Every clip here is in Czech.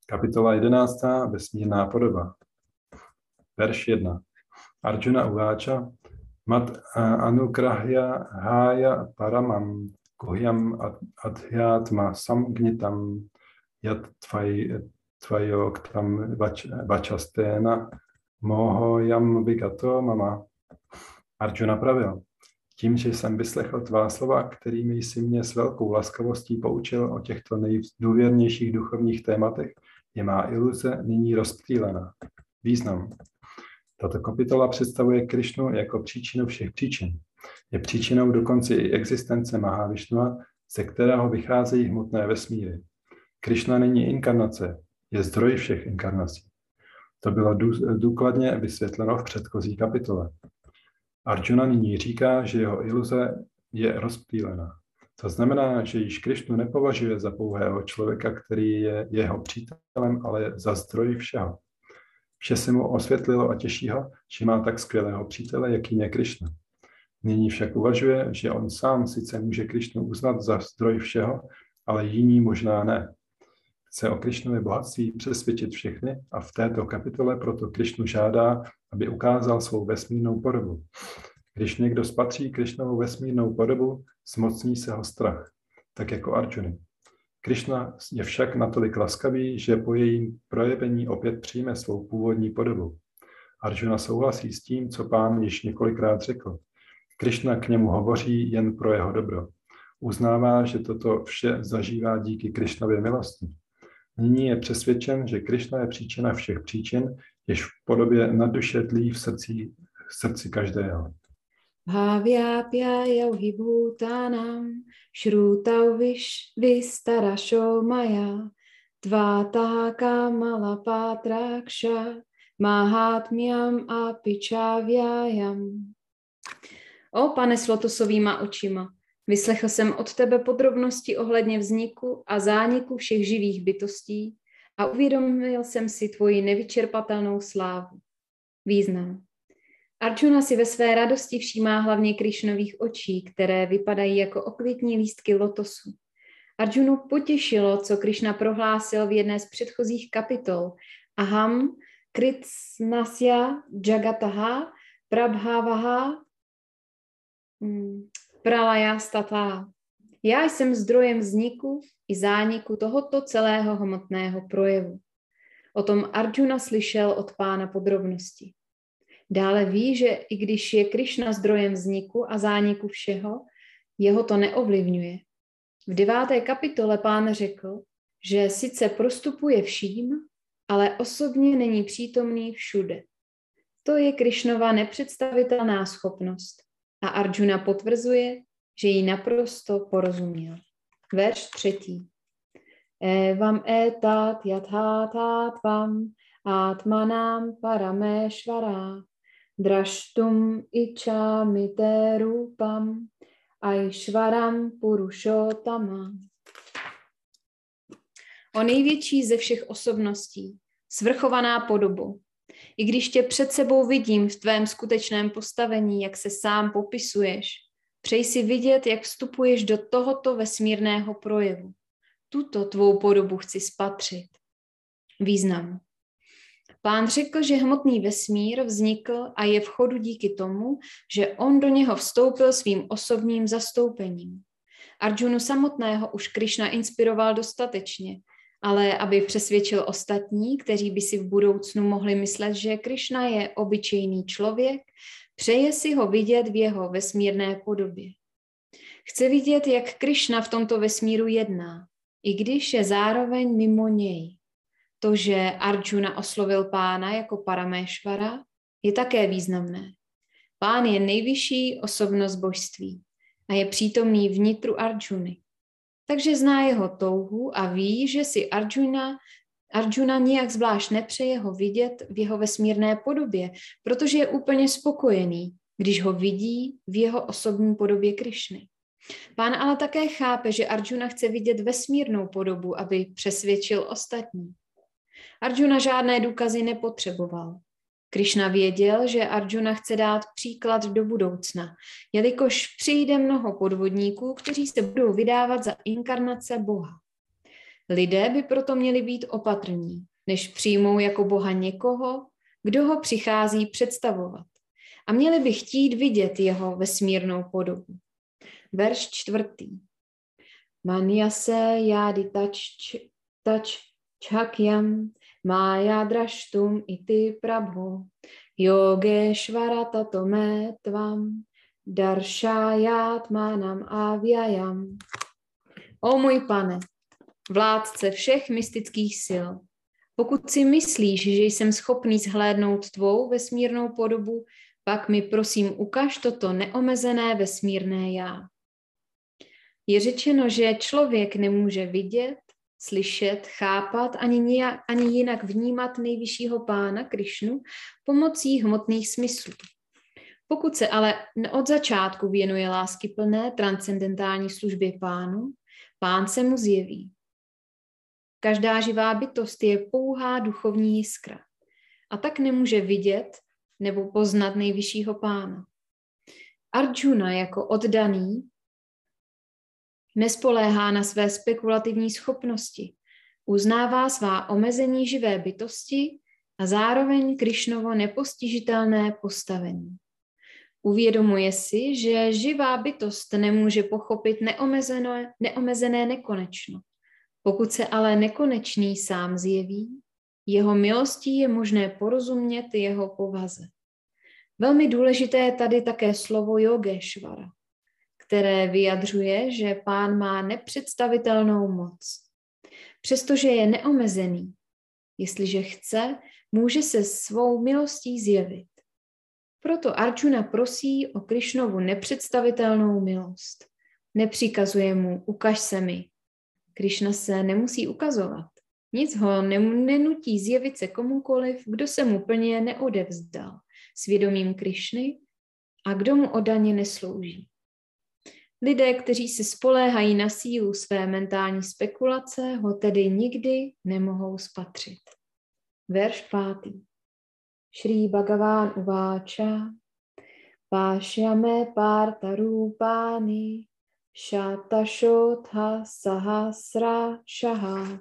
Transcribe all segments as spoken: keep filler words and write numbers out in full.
Kapitola jedenáctá. Vesmírná podoba. Verš jedna. Arjuna uváča mat anugrahya hája paramam guhyam adhyatma samgnitam yat tvajoktam vačasténa mohoyam vigato mama. Arjuna pravil, tím, že jsem vyslechl tvá slova, kterými jsi mě s velkou laskavostí poučil o těchto nejdůvěrnějších duchovních tématech, je má iluze nyní rozptýlená. Význam. Tato kapitola představuje Krišnu jako příčinu všech příčin. Je příčinou dokonce i existence Mahavišnua, ze kterého vycházejí hmotné vesmíry. Krišna není inkarnace, je zdroj všech inkarnací. To bylo důkladně vysvětleno v předchozí kapitole. Arjuna nyní říká, že jeho iluze je rozptýlená. To znamená, že již Krišnu nepovažuje za pouhého člověka, který je jeho přítelem, ale za zdroj všeho. Vše se mu osvětlilo a těší ho, že má tak skvělého přítele, jakým je Krišna. Nyní však uvažuje, že on sám sice může Krišnu uznat za zdroj všeho, ale jiní možná ne. Chce o Krišnově bohatství přesvědčit všechny a v této kapitole proto Krišnu žádá, aby ukázal svou vesmírnou podobu. Když někdo spatří Krišnovou vesmírnou podobu, zmocní se ho strach, tak jako Arjuny. Krišna je však natolik laskavý, že po jejím projevení opět přijme svou původní podobu. Arjuna souhlasí s tím, co pán již několikrát řekl. Krišna k němu hovoří jen pro jeho dobro. Uznává, že toto vše zažívá díky Krišnově milosti. Nyní je přesvědčen, že Krišna je příčina všech příčin, jež v podobě nadduše tlí v srdci, v srdci každého. Bhavyapya yauhi bhutanam shrutau vistarasho maya tvataha kamalapatrakša mahatmyam apičavyayam. O pane s lotosovýma očima, vyslechl jsem od tebe podrobnosti ohledně vzniku a zániku všech živých bytostí a uvědomil jsem si tvoji nevyčerpatelnou slávu. Význam. Arjuna si ve své radosti všímá hlavně Krišnových očí, které vypadají jako okvětní lístky lotosu. Arjunu potěšilo, co Krišna prohlásil v jedné z předchozích kapitol. Aham kritsnasya jagataha prabhavaha pralayastata. Já jsem zdrojem vzniku i zániku tohoto celého hmotného projevu. O tom Arjuna slyšel od pána podrobnosti. Dále ví, že i když je Krišna zdrojem vzniku a zániku všeho, jeho to neovlivňuje. V deváté kapitole pán řekl, že sice prostupuje vším, ale osobně není přítomný všude. To je Krišnova nepředstavitelná schopnost a Arjuna potvrzuje, že jí naprosto porozuměl. Verš třetí. Evam etat yathathatvam atmanam parameshvara drashtum ichami te rupam aishvaram purushotama. O největší ze všech osobností, svrchovaná podobu. I když tě před sebou vidím v tvém skutečném postavení, jak se sám popisuješ, přeji si vidět, jak vstupuješ do tohoto vesmírného projevu. Tuto tvou podobu chci spatřit. Význam. Pán řekl, že hmotný vesmír vznikl a je v chodu díky tomu, že on do něho vstoupil svým osobním zastoupením. Arjunu samotného už Krišna inspiroval dostatečně, ale aby přesvědčil ostatní, kteří by si v budoucnu mohli myslet, že Krišna je obyčejný člověk, přeje si ho vidět v jeho vesmírné podobě. Chce vidět, jak Krišna v tomto vesmíru jedná, i když je zároveň mimo něj. To, že Arjuna oslovil pána jako Parameshvara, je také významné. Pán je nejvyšší osobnost božství a je přítomný vnitru Arjuny. Takže zná jeho touhu a ví, že si Arjuna, Arjuna nijak zvlášť nepřeje ho vidět v jeho vesmírné podobě, protože je úplně spokojený, když ho vidí v jeho osobní podobě Krišny. Pán ale také chápe, že Arjuna chce vidět vesmírnou podobu, aby přesvědčil ostatní. Arjuna žádné důkazy nepotřeboval. Krišna věděl, že Arjuna chce dát příklad do budoucna, jelikož přijde mnoho podvodníků, kteří se budou vydávat za inkarnace Boha. Lidé by proto měli být opatrní, než přijmou jako Boha někoho, kdo ho přichází představovat. A měli by chtít vidět jeho vesmírnou podobu. Verš čtvrtý. Manyase jádi tač, tač čhakyam mája draštum iti prabho yogeshvara tatome tvam darshayat manam avyayam. O můj pane, vládce všech mystických sil, pokud si myslíš, že jsem schopný zhlédnout tvou vesmírnou podobu, pak mi prosím ukaž toto neomezené vesmírné já. Je řečeno, že člověk nemůže vidět, slyšet, chápat ani, nijak, ani jinak vnímat nejvyššího pána Krišnu pomocí hmotných smyslů. Pokud se ale od začátku věnuje láskyplné transcendentální službě pánu, pán se mu zjeví. Každá živá bytost je pouhá duchovní jiskra a tak nemůže vidět nebo poznat nejvyššího pána. Arjuna jako oddaný nespoléhá na své spekulativní schopnosti, uznává svá omezení živé bytosti a zároveň Krišnovo nepostižitelné postavení. Uvědomuje si, že živá bytost nemůže pochopit neomezené, neomezené nekonečno. Pokud se ale nekonečný sám zjeví, jeho milostí je možné porozumět jeho povaze. Velmi důležité je tady také slovo Yogeshvara, které vyjadřuje, že pán má nepředstavitelnou moc. Přestože je neomezený, jestliže chce, může se svou milostí zjevit. Proto Arjuna prosí o Krišnovu nepředstavitelnou milost. Nepřikazuje mu, ukaž se mi. Krišna se nemusí ukazovat. Nic ho nenutí zjevit se komukoliv, kdo se mu plně neodevzdal svědomím Krišny a kdo mu oddaně neslouží. Lidé, kteří se spoléhají na sílu své mentální spekulace, ho tedy nikdy nemohou spatřit. Verš pátý. Šrí Bhagavan uváča Pášyame parta rupáni Šatašotha sahasra šaha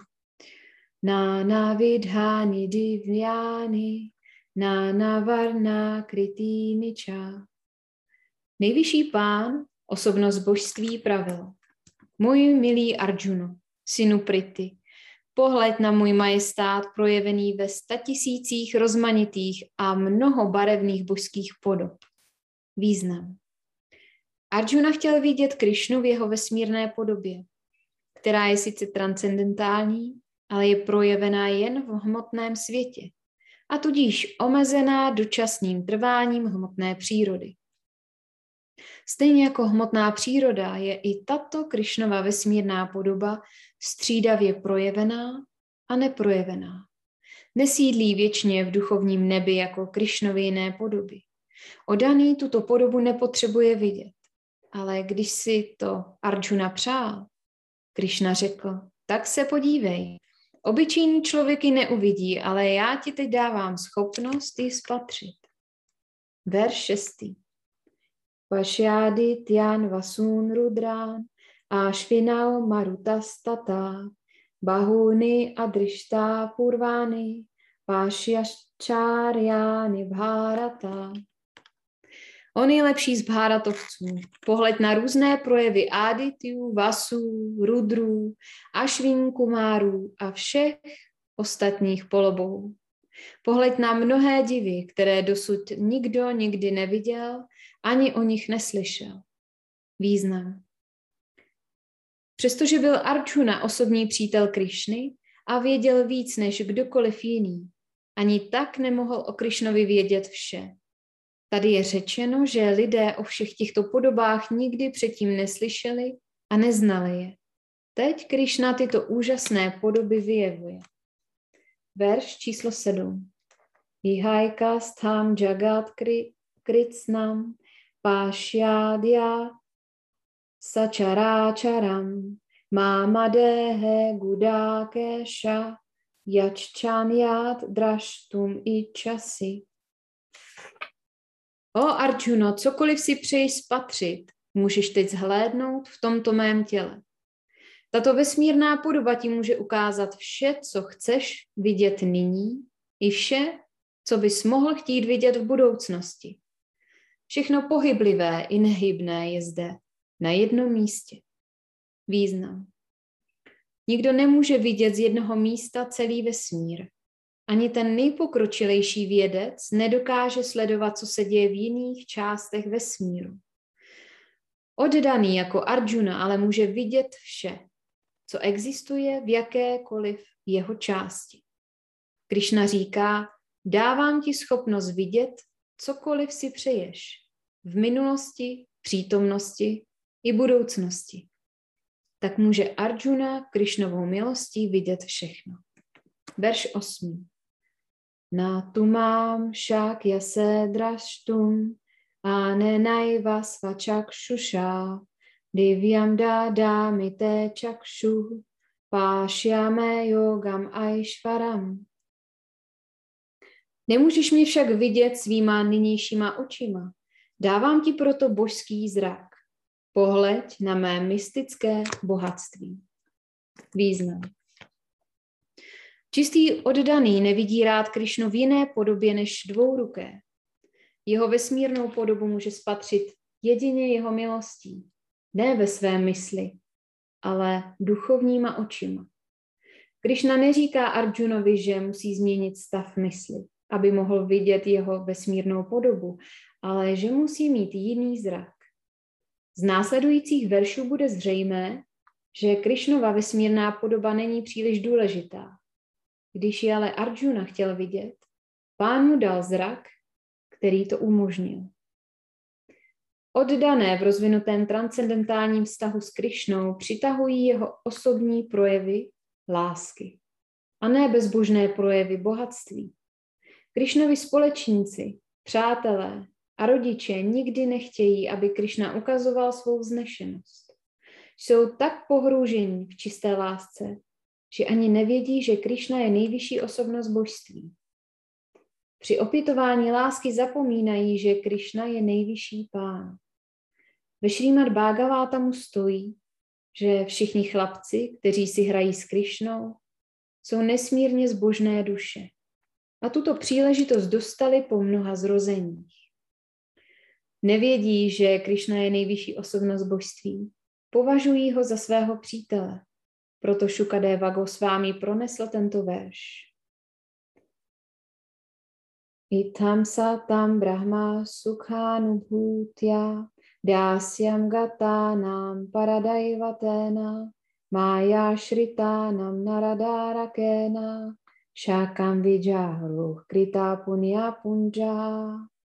Nana vidhani divyani Nana varna kritini ča. Nejvyšší pán, osobnost božství, pravil: Můj milý Arjuno, synu Priti, pohled na můj majestát projevený ve statisících rozmanitých a mnohobarevných božských podob. Význam. Arjuna chtěl vidět Krišnu v jeho vesmírné podobě, která je sice transcendentální, ale je projevená jen v hmotném světě a tudíž omezená dočasným trváním hmotné přírody. Stejně jako hmotná příroda je i tato Krišnova vesmírná podoba střídavě projevená a neprojevená. Nesídlí věčně v duchovním nebi jako Krišnovy jiné podoby. Oddaný tuto podobu nepotřebuje vidět, ale když si to Arjuna přál, Krišna řekl, tak se podívej. Obyčejný člověk ji neuvidí, ale já ti teď dávám schopnost ji spatřit. Verš šestý. Pašyádi tyan vasun rudrán ashvinau marutastata bahuni adrishtá purvány pašyačáryány bhárata. O nejlepší z bháratovců, pohled na různé projevy Adityů, Vasů, Rudrů, Ašvin Kumárů a všech ostatních polobohů. Pohled na mnohé divy, které dosud nikdo nikdy neviděl, ani o nich neslyšel. Význam. Přestože byl Arjuna osobní přítel Krišny a věděl víc než kdokoliv jiný, ani tak nemohl o Krišnovi vědět vše. Tady je řečeno, že lidé o všech těchto podobách nikdy předtím neslyšeli a neznali je. Teď Krišna tyto úžasné podoby vyjevuje. Verš číslo sedm. Vihajka stham jagat kritsnam pášyádya sačaráčaram mámadehe gudákeša jaččanyat draštum ičasi. O Arjuno, cokoliv si přeji spatřit, můžeš teď zhlédnout v tomto mém těle. Tato vesmírná podoba ti může ukázat vše, co chceš vidět nyní, i vše, co bys mohl chtít vidět v budoucnosti. Všechno pohyblivé i nehybné je zde, na jednom místě. Význam. Nikdo nemůže vidět z jednoho místa celý vesmír. Ani ten nejpokročilejší vědec nedokáže sledovat, co se děje v jiných částech vesmíru. Oddaný jako Arjuna ale může vidět vše, co existuje v jakékoliv jeho části. Krišna říká, dávám ti schopnost vidět, cokoliv si přeješ, v minulosti, přítomnosti i budoucnosti. Tak může Arjuna Krišnovou milostí vidět všechno. Verš osm. Na tu mám šak jase draštum a nenajva svačakšuša divyam dádámi te čakšu pášyame yogam aishvaram. Nemůžeš mě však vidět svýma nynějšíma očima. Dávám ti proto božský zrak. Pohleď na mé mystické bohatství. Význam. Čistý oddaný nevidí rád Krišnu v jiné podobě než dvouruké. Jeho vesmírnou podobu může spatřit jedině jeho milostí, ne ve své mysli, ale duchovníma očima. Krišna neříká Arjunovi, že musí změnit stav mysli, aby mohl vidět jeho vesmírnou podobu, ale že musí mít jiný zrak. Z následujících veršů bude zřejmé, že Krišnova vesmírná podoba není příliš důležitá. Když ji ale Arjuna chtěl vidět, Pán mu dal zrak, který to umožnil. Oddané v rozvinutém transcendentálním vztahu s Krišnou přitahují jeho osobní projevy lásky a ne bezbožné projevy bohatství. Krišnovi společníci, přátelé a rodiče nikdy nechtějí, aby Krišna ukazoval svou vznešenost. Jsou tak pohrůženi v čisté lásce, že ani nevědí, že Krišna je nejvyšší osobnost božství. Při opětování lásky zapomínají, že Krišna je nejvyšší pán. Ve Šrímad Bhagavatamu stojí, že všichni chlapci, kteří si hrají s Krišnou, jsou nesmírně zbožné duše. A tuto příležitost dostali po mnoha zrozeních. Nevědí, že Krišna je nejvyšší osobnost božství. Považují ho za svého přítele. Proto Šukadeva Gosvámi pronesl tento verš. Itam satam brahma sukhanubhutya dásyam gatanam paradaivatena maya shritanam naradarakena shakam vijaruh krita punya punja.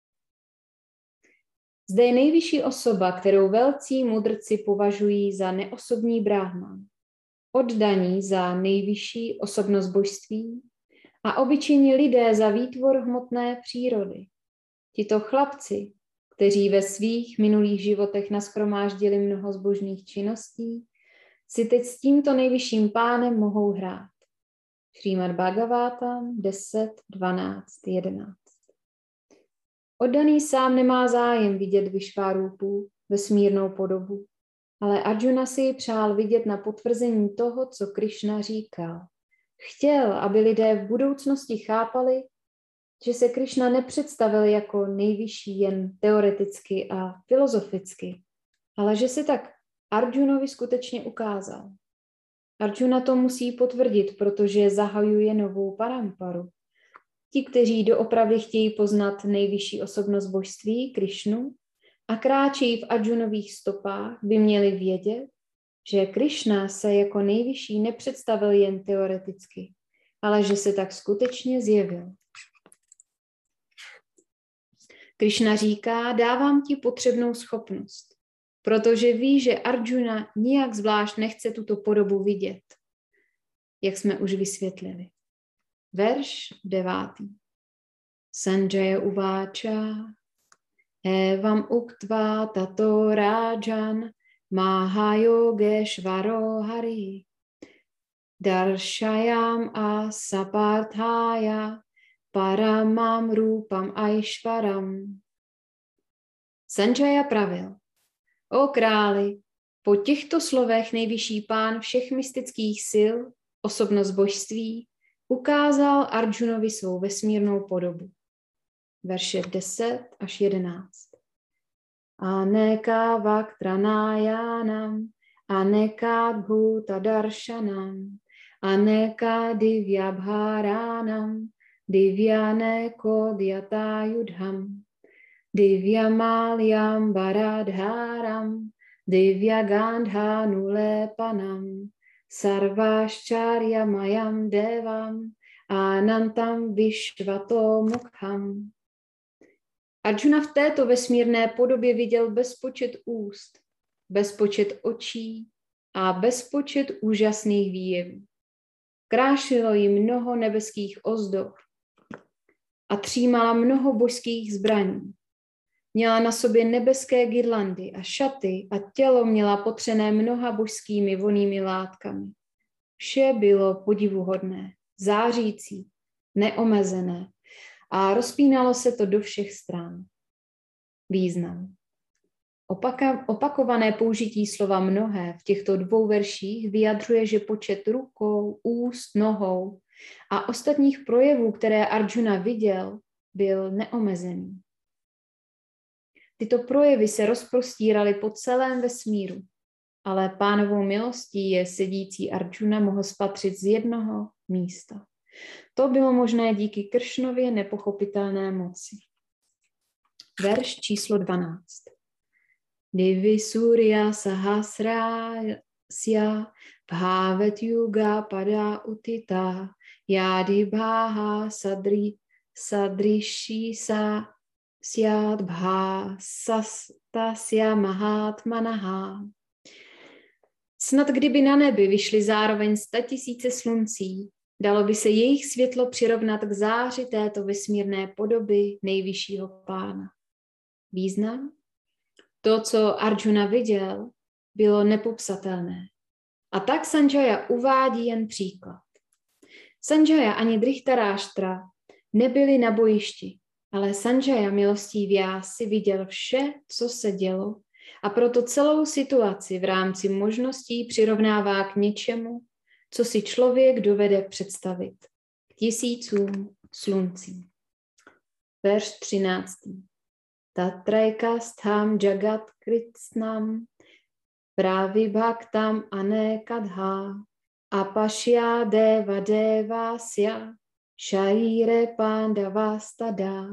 Zde je nejvyšší osoba, kterou velcí mudrci považují za neosobní brahman, oddaní za nejvyšší osobnost božství a obyčejní lidé za výtvor hmotné přírody. Tito chlapci, kteří ve svých minulých životech nashromáždili mnoho zbožných činností, si teď s tímto nejvyšším pánem mohou hrát. Šrímad Bhagavatam deset, dvanáct, jedenáct. Oddaný sám nemá zájem vidět Višvárupu, vesmírnou podobu, ale Arjuna si ji přál vidět na potvrzení toho, co Krišna říkal. Chtěl, aby lidé v budoucnosti chápali, že se Krišna nepředstavil jako nejvyšší jen teoreticky a filozoficky, ale že se tak Arjunovi skutečně ukázal. Arjuna to musí potvrdit, protože zahajuje novou paramparu. Ti, kteří doopravdy chtějí poznat nejvyšší osobnost božství, Krišnu, a kráčejí v Arjunových stopách, by měli vědět, že Krišna se jako nejvyšší nepředstavil jen teoreticky, ale že se tak skutečně zjevil. Krišna říká, dávám ti potřebnou schopnost, protože ví, že Arjuna nijak zvlášť nechce tuto podobu vidět, jak jsme už vysvětlili. Verš devátý. Sanjaya uváča evam uktva tato rajan mahayogeshvaro hari darshayam a saparthaya paramam rupam aishvaram. Sanjaya pravil: O králi, Po těchto slovech nejvyšší pán všech mystických sil, osobnost božství, ukázal Arjunovi svou vesmírnou podobu. Verše deset až jedenáct. Aneka vaktranayánam, aneka bhuta darshanam, aneka divyabharánam, divyáneko dhyatayudham, divyamályam baradháram, divyagandhanulepanam, sarvaščaryamayam devam, anantam vishvatomukham. Arjuna v této vesmírné podobě viděl bezpočet úst, bezpočet očí a bezpočet úžasných výjevů. Krášilo jí mnoho nebeských ozdob a třímala mnoho božských zbraní. Měla na sobě nebeské girlandy a šaty a tělo měla potřené mnoha božskými vonnými látkami. Vše bylo podivuhodné, zářící, neomezené a rozpínalo se to do všech stran. Význam. Opaka, opakované použití slova mnohé v těchto dvou verších vyjadřuje, že počet rukou, úst, nohou a ostatních projevů, které Arjuna viděl, byl neomezený. Tyto projevy se rozprostíraly po celém vesmíru, ale pánovou milostí je sedící Arjuna mohl spatřit z jednoho místa. To bylo možné díky Kršnově nepochopitelné moci. Verš číslo dvanáct. Divi surya sahasrasya bhavet yuga pada utita yadi bhaha sadri sadrishi sa syad bha sastasya mahatmanaha. Snad kdyby na nebi vyšly zároveň statisíce sluncí, dalo by se jejich světlo přirovnat k záři této vesmírné podoby nejvyššího pána. Význam? To, co Arjuna viděl, bylo nepopsatelné. A tak Sanjaya uvádí jen příklad. Sanjaya ani Drihtaráštra nebyli na bojišti, ale Sanjaya milostí Vyásy viděl vše, co se dělo, a proto celou situaci v rámci možností přirovnává k něčemu, co si člověk dovede představit. K tisícům sluncí. Verš třináctý. Tatraikastham jagat kritsnam pravibhaktam anekadha apashya deva devasya sharire pandavastada.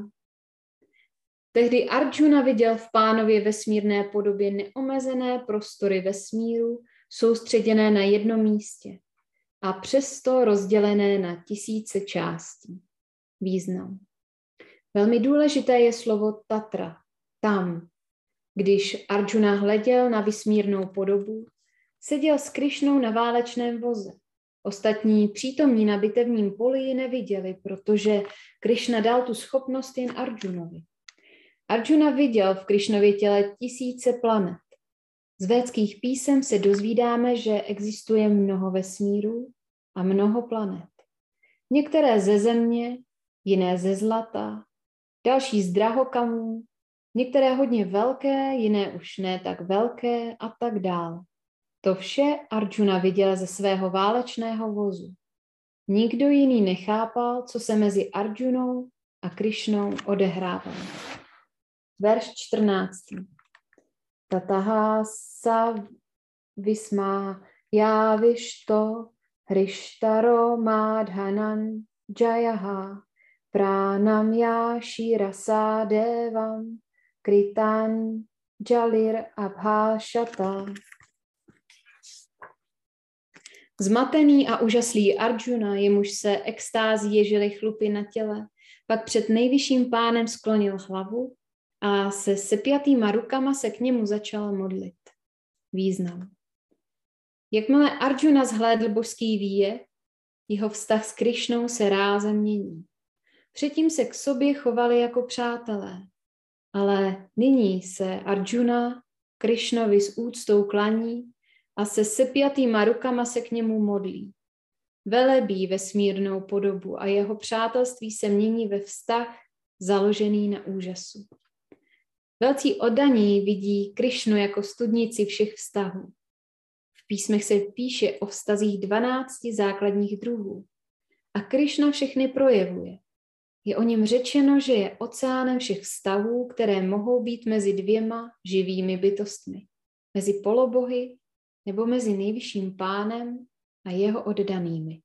Tehdy Arjuna viděl v pánově vesmírné podobě neomezené prostory vesmíru, soustředěné na jednom místě a přesto rozdělené na tisíce částí. Význam. Velmi důležité je slovo Tatra, tam. Když Arjuna hleděl na vesmírnou podobu, seděl s Krišnou na válečném voze. Ostatní přítomní na bitevním poli ji neviděli, protože Krišna dal tu schopnost jen Arjunovi. Arjuna viděl v Krišnově těle tisíce planet. Z védských písem se dozvídáme, že existuje mnoho vesmírů a mnoho planet. Některé ze země, jiné ze zlata, další z drahokamů, některé hodně velké, jiné už ne tak velké a tak dál. To vše Arjuna viděl ze svého válečného vozu. Nikdo jiný nechápal, co se mezi Arjunou a Krišnou odehrávalo. Verš čtrnáctý. Tataha sa visma javišto hrishtaro madhanan jayaha pránam já šírasa devam kritan jalir abhášata. Zmatený a úžaslý Arjuna, jemuž se extází ježily chlupy na těle, pak před nejvyšším pánem sklonil hlavu a se sepjatýma rukama se k němu začal modlit. Význam. Jakmile Arjuna zhlédl božský výjev, jeho vztah s Krišnou se rázem mění. Předtím se k sobě chovali jako přátelé, ale nyní se Arjuna Krišnovi s úctou klaní a se sepjatýma rukama se k němu modlí. Velebí vesmírnou podobu a jeho přátelství se mění ve vztah založený na úžasu. Velcí oddaní vidí Krišnu jako studnici všech vztahů. V písmech se píše o vztazích dvanácti základních druhů a Krišna všechny projevuje. Je o něm řečeno, že je oceánem všech vztahů, které mohou být mezi dvěma živými bytostmi, mezi polobohy nebo mezi nejvyšším pánem a jeho oddanými.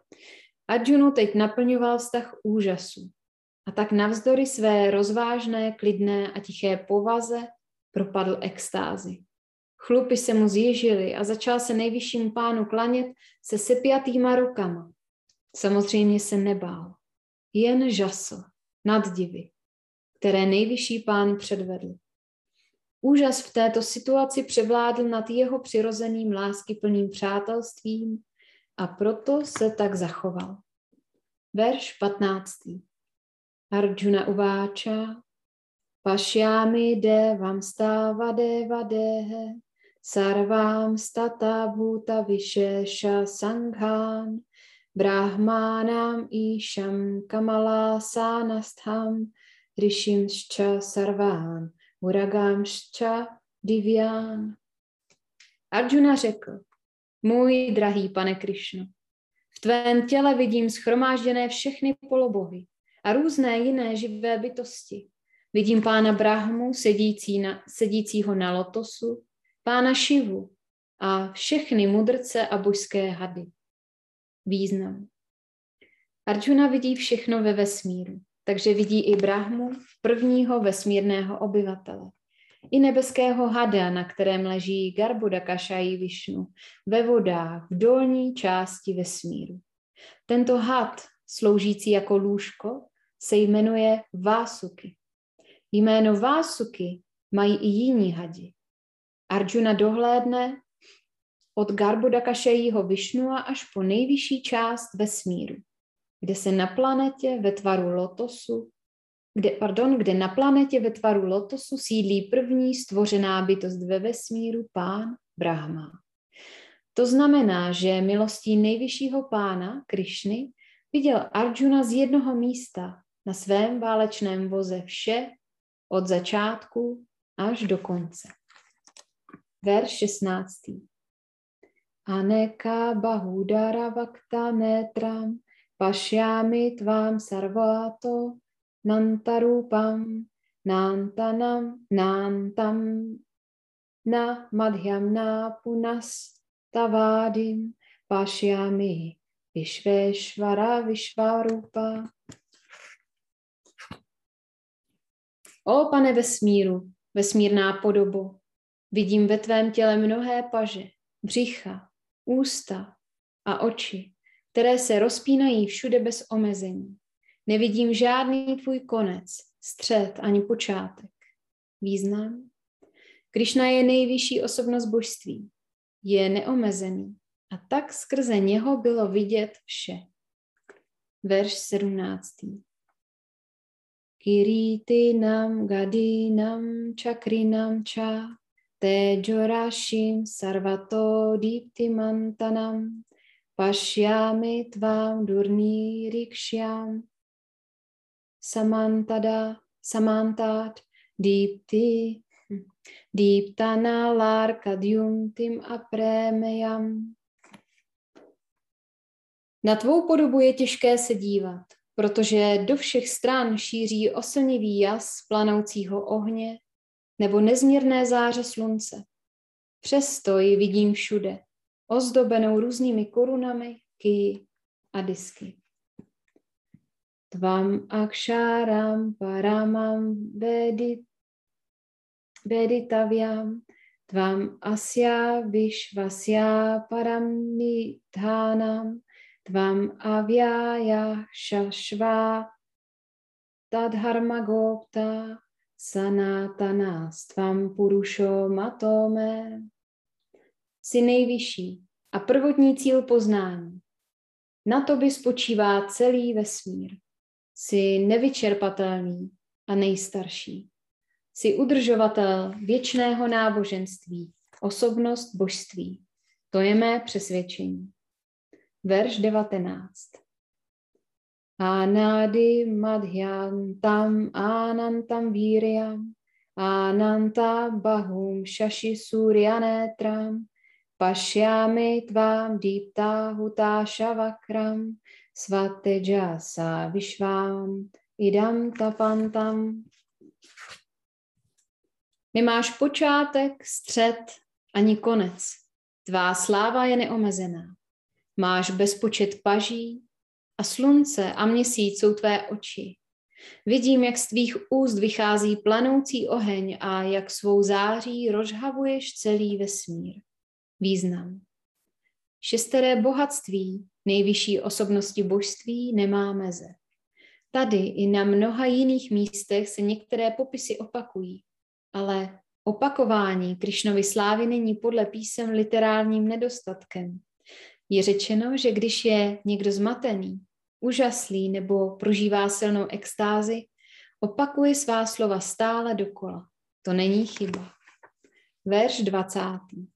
Arjunu teď naplňoval vztah úžasu a tak navzdory své rozvážné, klidné a tiché povaze propadl extázi. Chlupy se mu zježily a začal se nejvyššímu pánu klanět se sepjatýma rukama. Samozřejmě se nebál, jen žasl nad divy, které nejvyšší pán předvedl. Úžas v této situaci převládl nad jeho přirozeným láskyplným přátelstvím a proto se tak zachoval. Verš patnáctý. Arjuna uváča Pašyámi devam stava deva dehe sarvam stata bhuta vishesha sanghán brahmanam isham kamalásanastham rishimscha sarván uragamscha divyán. Arjuna řekl, můj drahý pane Krišno, v tvém těle vidím shromážděné všechny polobohy a různé jiné živé bytosti. Vidím pána Brahmu sedící na, sedícího na lotosu, pána Šivu a všechny mudrce a božské hady. Význam. Arjuna vidí všechno ve vesmíru, takže vidí i Brahmu, prvního vesmírného obyvatele, i nebeského hada, na kterém leží Garbhodakashayi Višnu, ve vodách v dolní části vesmíru. Tento had, sloužící jako lůžko, se jmenuje Vásuki. Jméno Vásuki mají i jiní hadi. Arjuna dohlédne od Garbhodakashayiho Višnua až po nejvyšší část vesmíru, kde se na planetě ve tvaru lotosu, kde, pardon, kde na planetě ve tvaru lotosu sídlí první stvořená bytost ve vesmíru, pán Brahma. To znamená, že milostí nejvyššího pána Krišny viděl Arjuna z jednoho místa na svém válečném voze vše od začátku až do konce. Verš šestnáctý. Aneka bahudara vakta netram pašyámi tvam sarvato nantarupam nantanam nantam na madhyam na punas tavadim pašyámi Vishveshvara Vishvarupa. O pane vesmíru, vesmírná podobo, vidím ve tvém těle mnohé paže, břicha, ústa a oči, které se rozpínají všude bez omezení. Nevidím žádný tvůj konec, střed ani počátek. Význam? Krišna je nejvyšší osobnost božství, je neomezený a tak skrze něho bylo vidět vše. Verš sedmnáctý. Kiritinam gadinam čakrinam ča tejorashim sarvato diptimantanam pašyámi tvam durnirikšyam samantada samantat dipti diptana larkadyum tim apremeyam. Na tvou podobu je těžké se dívat, protože do všech stran šíří oslnivý jas planoucího ohně nebo nezměrné záře slunce. Přesto ji vidím všude, ozdobenou různými korunami, kiji a disky. Tvam aksharam paramam vedit, veditavyam, tvam asya vishvasya paramnidhanam, tvam avyaya shashva tadharmagopta sanatana tvam purusho matome. Jsi nejvyšší a prvotní cíl poznání. Na tobě spočívá celý vesmír. Jsi nevyčerpatelný a nejstarší. Jsi udržovatel věčného náboženství, osobnost božství. To je mé přesvědčení. Verš devatenáct. Anadi madhyantam anantam víryam ananta bahum shashi suryanetram Pashyami tvam dipta hutashavakram svatejasa vishvam idam tapantam. Nemáš počátek, střed ani konec. Tvá sláva je neomezená. Máš bezpočet paží a slunce a měsíc jsou tvé oči. Vidím, jak z tvých úst vychází planoucí oheň a jak svou září rozhavuješ celý vesmír. Význam. Šesteré bohatství, nejvyšší osobnosti božství nemá meze. Tady i na mnoha jiných místech se některé popisy opakují, ale opakování Krišnovy slávy není podle písem literárním nedostatkem. Je řečeno, že když je někdo zmatený, úžaslý nebo prožívá silnou extázi, opakuje svá slova stále dokola. To není chyba. Verš dvacátý.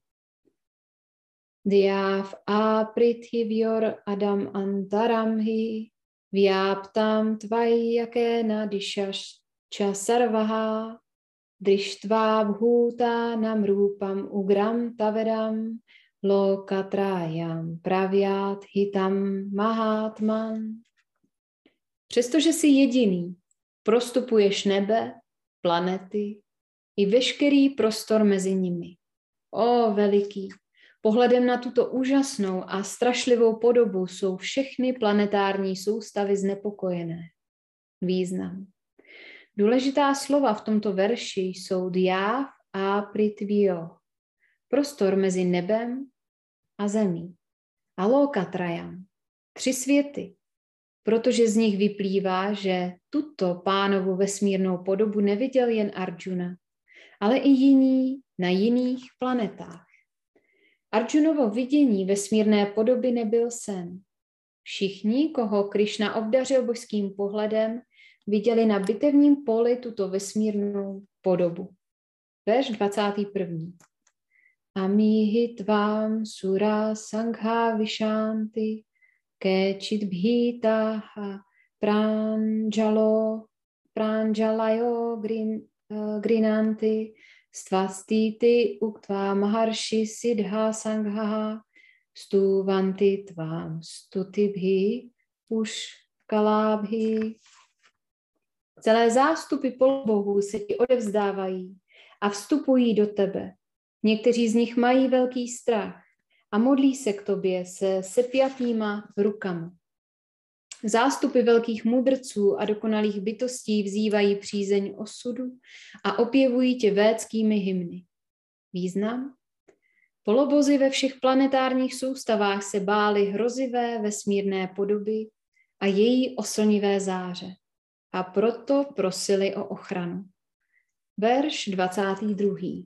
Dyav a prithivyor adam antaramhi vyaptam tvajjakena dishašča sarvaha drištva bhuta namrupam ugram tavedam lokatrayam pravyat hitam mahatman. Přestože jsi jediný, prostupuješ nebe, planety i veškerý prostor mezi nimi. O veliký, pohledem na tuto úžasnou a strašlivou podobu jsou všechny planetární soustavy znepokojené. Význam. Důležitá slova v tomto verši jsou dyav a prithvio, prostor mezi nebem a zemí, a lokatrayam, tři světy, protože z nich vyplývá, že tuto pánovu vesmírnou podobu neviděl jen Arjuna, ale i jiní na jiných planetách. Arjunovo vidění vesmírné podoby nebyl sen. Všichni, koho Krišna obdařil božským pohledem, viděli na bitevním poli tuto vesmírnou podobu. Verš dvacátý první. Amihi tvam sura sangha vishanti kečit bhitaha pranjalo pranjalayo grin, uh, grinanti stvastiti uktva maharshi siddha sangha stuvanti tvam stutibhi pushkalabhi. Celé zástupy polobohů se ti odevzdávají a vstupují do tebe. Někteří z nich mají velký strach a modlí se k tobě se sepjatýma rukama. Zástupy velkých mudrců a dokonalých bytostí vzývají přízeň osudu a opěvují tě védskými hymny. Význam? Polobozy ve všech planetárních soustavách se bály hrozivé vesmírné podoby a její oslnivé záře a proto prosili o ochranu. Verš dvacátý druhý.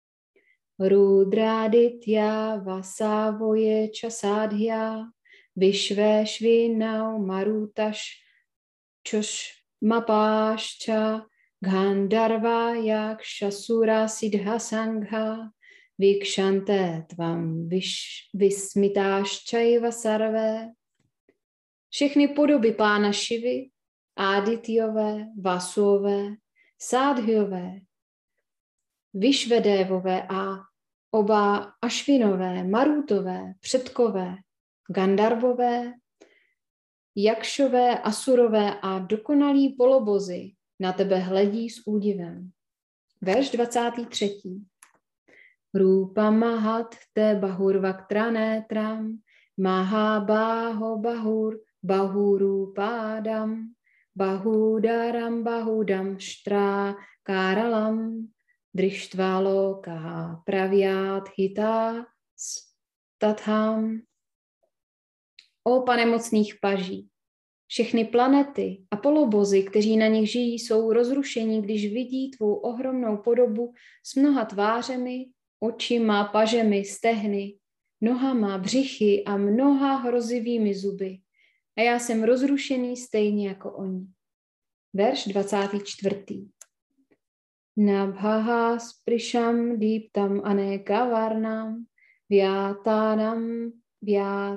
Rudraditya vasavoje časádhya Vishveshvinau marutaš čoš mapášča Gandharva yakshasura siddha sangha Vikshante tvam vismitáščajva sarvé. Všechny podoby pána Šivy, Ádityové, Vasové, Sádhyové, Vyšvedévové a oba Ašvinové, Marutové, Předkové, Gandharvové, Jakšové, Asurové a dokonalí polobozy na tebe hledí s údivem. Verš dvacátý třetí. Rupa mahat te bahur vaktranétram mahabáho bahur bahurupádam bahudaram bahudam štrá káralam drištva loka pravyat hita tatham. O pane mocných paží, všechny planety a polobozy, kteří na nich žijí, jsou rozrušení, když vidí tvou ohromnou podobu s mnoha tvářemi, očima, pažemi, stehny, nohama, břichy a mnoha hrozivými zuby. A já jsem rozrušený stejně jako oni. Verš dvacátý čtvrtý. Nabhaha sprišam diptam aneka varnam vyatanam vyat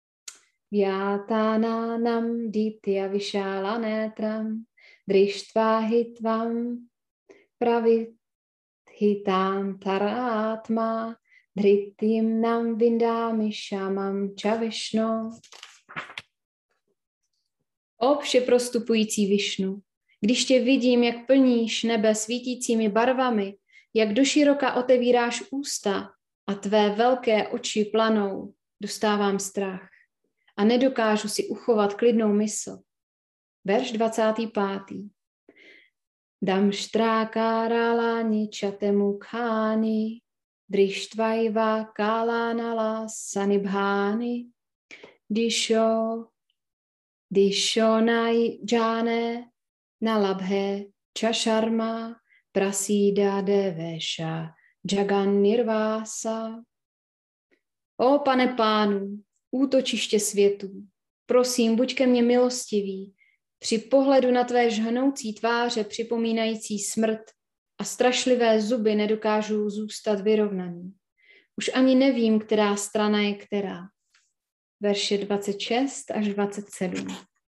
Vyatánánam dítya vyšála nétram, drištva hitvam pravit hitám tarátma, dhritim nam vindámi šamam čavišno. O všeprostupující Višnu, když tě vidím, jak plníš nebe svítícími barvami, jak doširoka otevíráš ústa a tvé velké oči planou, dostávám strach a nedokážu si uchovat klidnou mysl. Verš dvacátý pátý. Damštrákárálani čatemukháni, drištvajva kálánala sanibháni, disho, disho najjáne nalabhe čašarma prasída deveša jagan nirvása. O pane pánu, útočiště světů, prosím, buď ke mně milostivý, při pohledu na tvé žhnoucí tváře připomínající smrt a strašlivé zuby nedokážu zůstat vyrovnaný. Už ani nevím, která strana je která. Verše dvacet šest až dvacet sedm.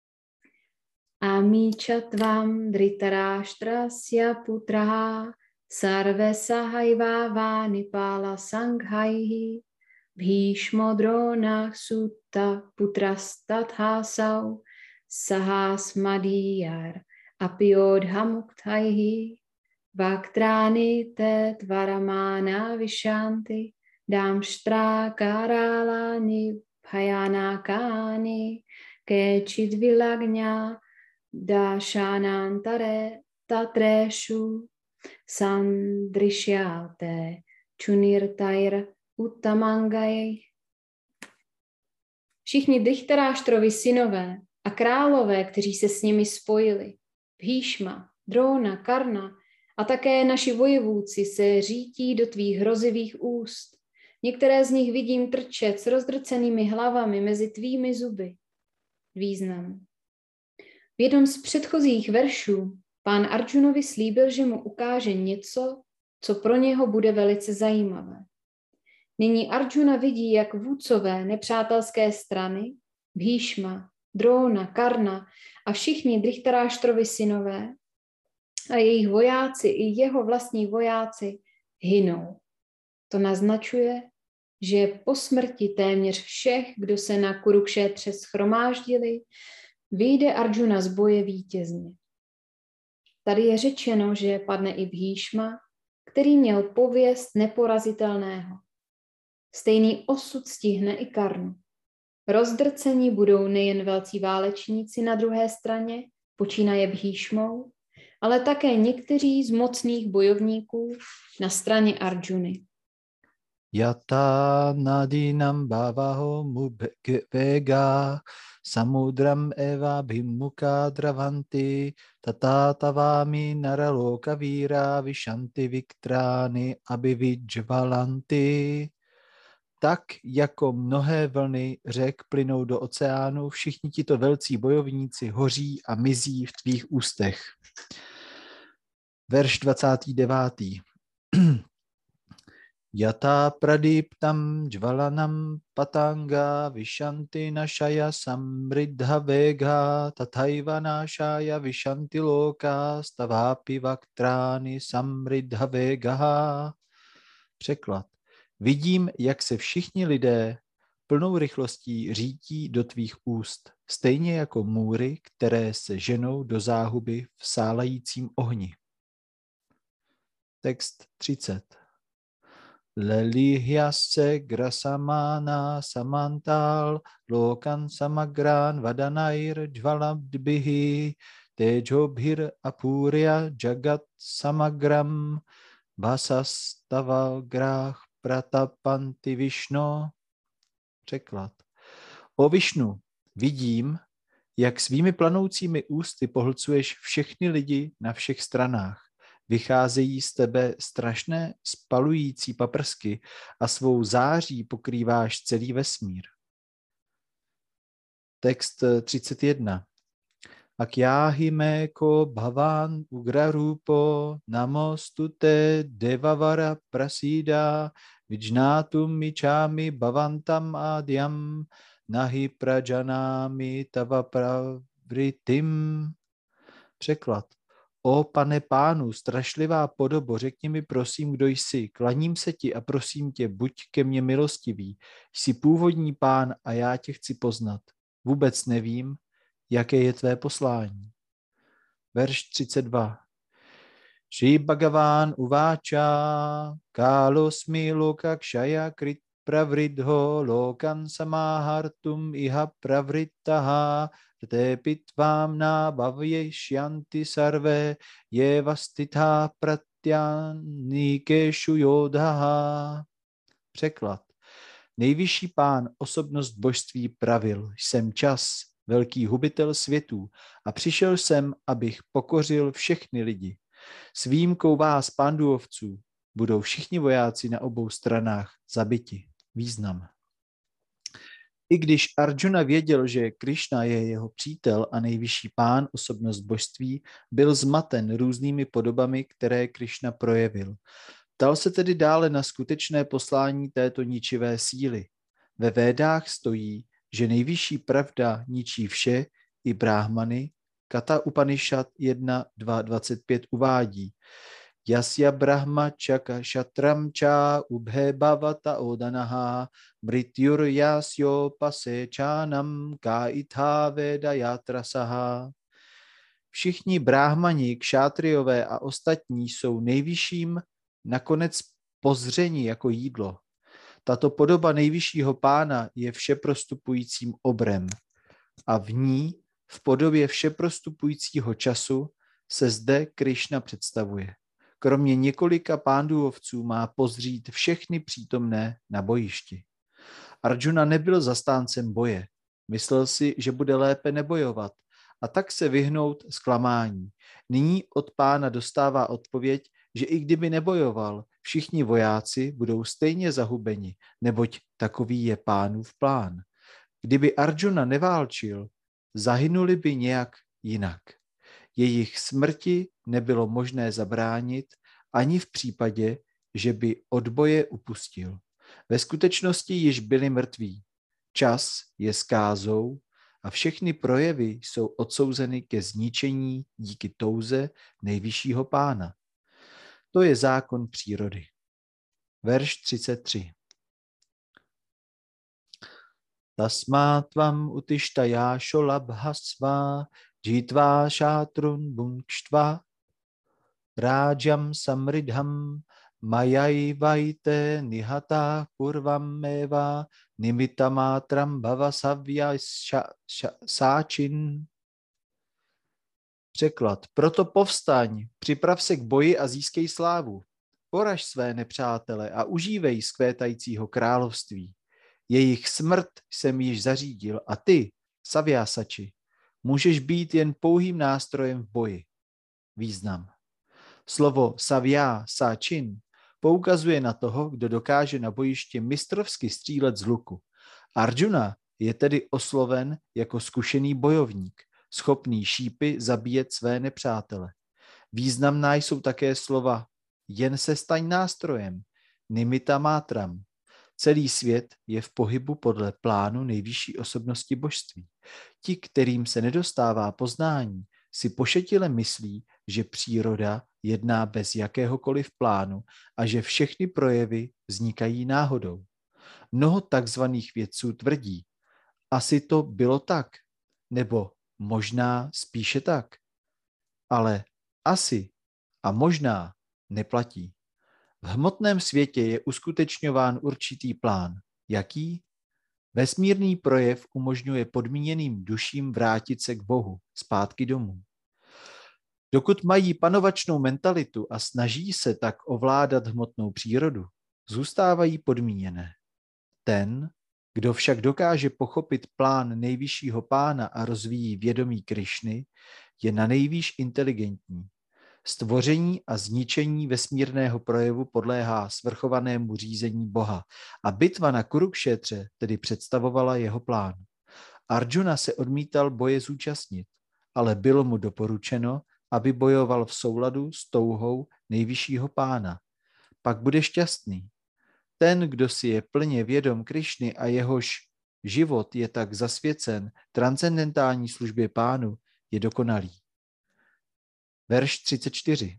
Amíča tvam dritaráštrasya putraha sarve sahajvá nipala sanghaihi bhishmo dronah sutta putrastathasau sahas madiyar apiyodhamukthaihi vaktrány te tvaramana vishanti dámštrá karálani bhayanákáni kečit vilagnya dášánantare tatreshu sandrishyate chunirtair uttamangaj. Všichni Dhritarashtrovi synové a králové, kteří se s nimi spojili, Bhíšma, Drona, Karna a také naši vojevůdci se řítí do tvých hrozivých úst. Některé z nich vidím trčet s rozdrcenými hlavami mezi tvými zuby. Význam. V jednom z předchozích veršů pán Arjunovi slíbil, že mu ukáže něco, co pro něho bude velice zajímavé. Nyní Arjuna vidí, jak vůdcové nepřátelské strany, Bhíšma, Drona, Karna a všichni Dhritarashtrovi synové a jejich vojáci i jeho vlastní vojáci hynou. To naznačuje, že po smrti téměř všech, kdo se na Kurukšétře shromáždili, vyjde Arjuna z boje vítězně. Tady je řečeno, že padne i Bhíšma, který měl pověst neporazitelného. Stejný osud stihne i Karnu. Rozdrcení budou nejen velcí válečníci na druhé straně, počínaje Bhíšmou, ale také někteří z mocných bojovníků na straně Arjuny. Yata nadinam bhavaho mubhega samudram eva bhimuka dravanti tatatavami naraloka víra vishanti viktrány abhivijvalanti. Tak jako mnohé vlny řek plynou do oceánu, všichni tito velcí bojovníci hoří a mizí v tvých ústech. Verš dvacátý devátý. Yata pradiptam jvalanam patanga vishanti nashaya samriddha vega tathaiva nashaya vishanti loka stavapi vaktrány samriddha vega. Překlad. Vidím, jak se všichni lidé plnou rychlostí řítí do tvých úst, stejně jako můry, které se ženou do záhuby v sálajícím ohni. Text třicet. Lelihyasce grasamana samantal lokan samagrán vadanair dvalabdbihi tejobhir apurya jagat samagram vasastavagrách pratapanti Višno. Překlad. O Višnu, vidím, jak svými planoucími ústy pohlcuješ všechny lidi na všech stranách. Vycházejí z tebe strašné spalující paprsky a svou září pokrýváš celý vesmír. Text třicet jedna. Akyahi meko bhavan ugrarupo namostute devavara prasida vijnatum michami bhavantam adyam nahi prajanami tava pravritim. Překlad. O pane pánu, strašlivá podobo, řekni mi prosím, kdo jsi, klaním se ti a prosím tě, buď ke mně milostivý. Jsi původní pán a já tě chci poznat. Vůbec nevím, jaké je tvé poslání. Verš třicet dva. Shri Bhagavan uváča, kálosmi loka kshaya krit pravridho lokan samahartum iha pravrittaha rtepitvam na bhavyeshyanti sarve jevastitha pratyanikeshu yodhaha. Překlad. Nejvyšší pán, osobnost božství pravil, jsem čas, velký hubitel světů a přišel jsem, abych pokořil všechny lidi. S výjimkou vás, pánduovců, budou všichni vojáci na obou stranách zabiti. Význam. I když Arjuna věděl, že Krišna je jeho přítel a nejvyšší pán, osobnost božství, byl zmaten různými podobami, které Krišna projevil. Ptal se tedy dále na skutečné poslání této ničivé síly. Ve Védách stojí, že nejvyšší pravda ničí vše, i bráhmany. Kata Upanishad jedna dva dvacet pět uvádí: Jasya brahma čaka šatram ča ubhe bhavata odanaha mrityur yasyo pasečánam ka itha veda yatrasaha. Všichni bráhmani, kšátriové a ostatní jsou nejvyšším nakonec pozření jako jídlo. Tato podoba nejvyššího pána je všeprostupujícím obrem a v ní v podobě všeprostupujícího času se zde Krišna představuje. Kromě několika pánduovců má pozřít všechny přítomné na bojišti. Arjuna nebyl zastáncem boje. Myslel si, že bude lépe nebojovat a tak se vyhnout zklamání. Nyní od pána dostává odpověď, že i kdyby nebojoval, všichni vojáci budou stejně zahubeni, neboť takový je pánův plán. Kdyby Arjuna neválčil, zahynuli by nějak jinak. Jejich smrti nebylo možné zabránit ani v případě, že by od boje upustil. Ve skutečnosti již byli mrtví. Čas je zkázou a všechny projevy jsou odsouzeny ke zničení díky touze nejvyššího pána. To je zákon přírody. Verš třicet tři. Tasmátvam utištajášo labhasva jitva šátrun bunkštva rájam samridham majai vajte nihata kurvameva nimitamátram bhavasavya sáčin. Překlad. Proto povstaň, připrav se k boji a získej slávu. Poraž své nepřátele a užívej skvétajícího království. Jejich smrt jsem již zařídil a ty, Savyasači, můžeš být jen pouhým nástrojem v boji. Význam. Slovo Savya Sáčin poukazuje na toho, kdo dokáže na bojiště mistrovsky střílet z luku. Arjuna je tedy osloven jako zkušený bojovník, schopný šípy zabíjet své nepřátele. Významná jsou také slova jen se staň nástrojem, nimita mátram. Celý svět je v pohybu podle plánu nejvyšší osobnosti božství. Ti, kterým se nedostává poznání, si pošetile myslí, že příroda jedná bez jakéhokoliv plánu a že všechny projevy vznikají náhodou. Mnoho takzvaných vědců tvrdí, asi to bylo tak, nebo možná spíše tak. Ale asi a možná neplatí. V hmotném světě je uskutečňován určitý plán. Jaký? Vesmírný projev umožňuje podmíněným duším vrátit se k Bohu, zpátky domů. Dokud mají panovačnou mentalitu a snaží se tak ovládat hmotnou přírodu, zůstávají podmíněné. Ten, kdo však dokáže pochopit plán nejvyššího pána a rozvíjí vědomí Krišny, je nanejvýš inteligentní. Stvoření a zničení vesmírného projevu podléhá svrchovanému řízení Boha a bitva na Kurukšetře tedy představovala jeho plán. Arjuna se odmítal boje zúčastnit, ale bylo mu doporučeno, aby bojoval v souladu s touhou nejvyššího pána. Pak bude šťastný. Ten, kdo si je plně vědom Krišny a jehož život je tak zasvěcen transcendentální službě pánu, je dokonalý. Verš třicet čtyři.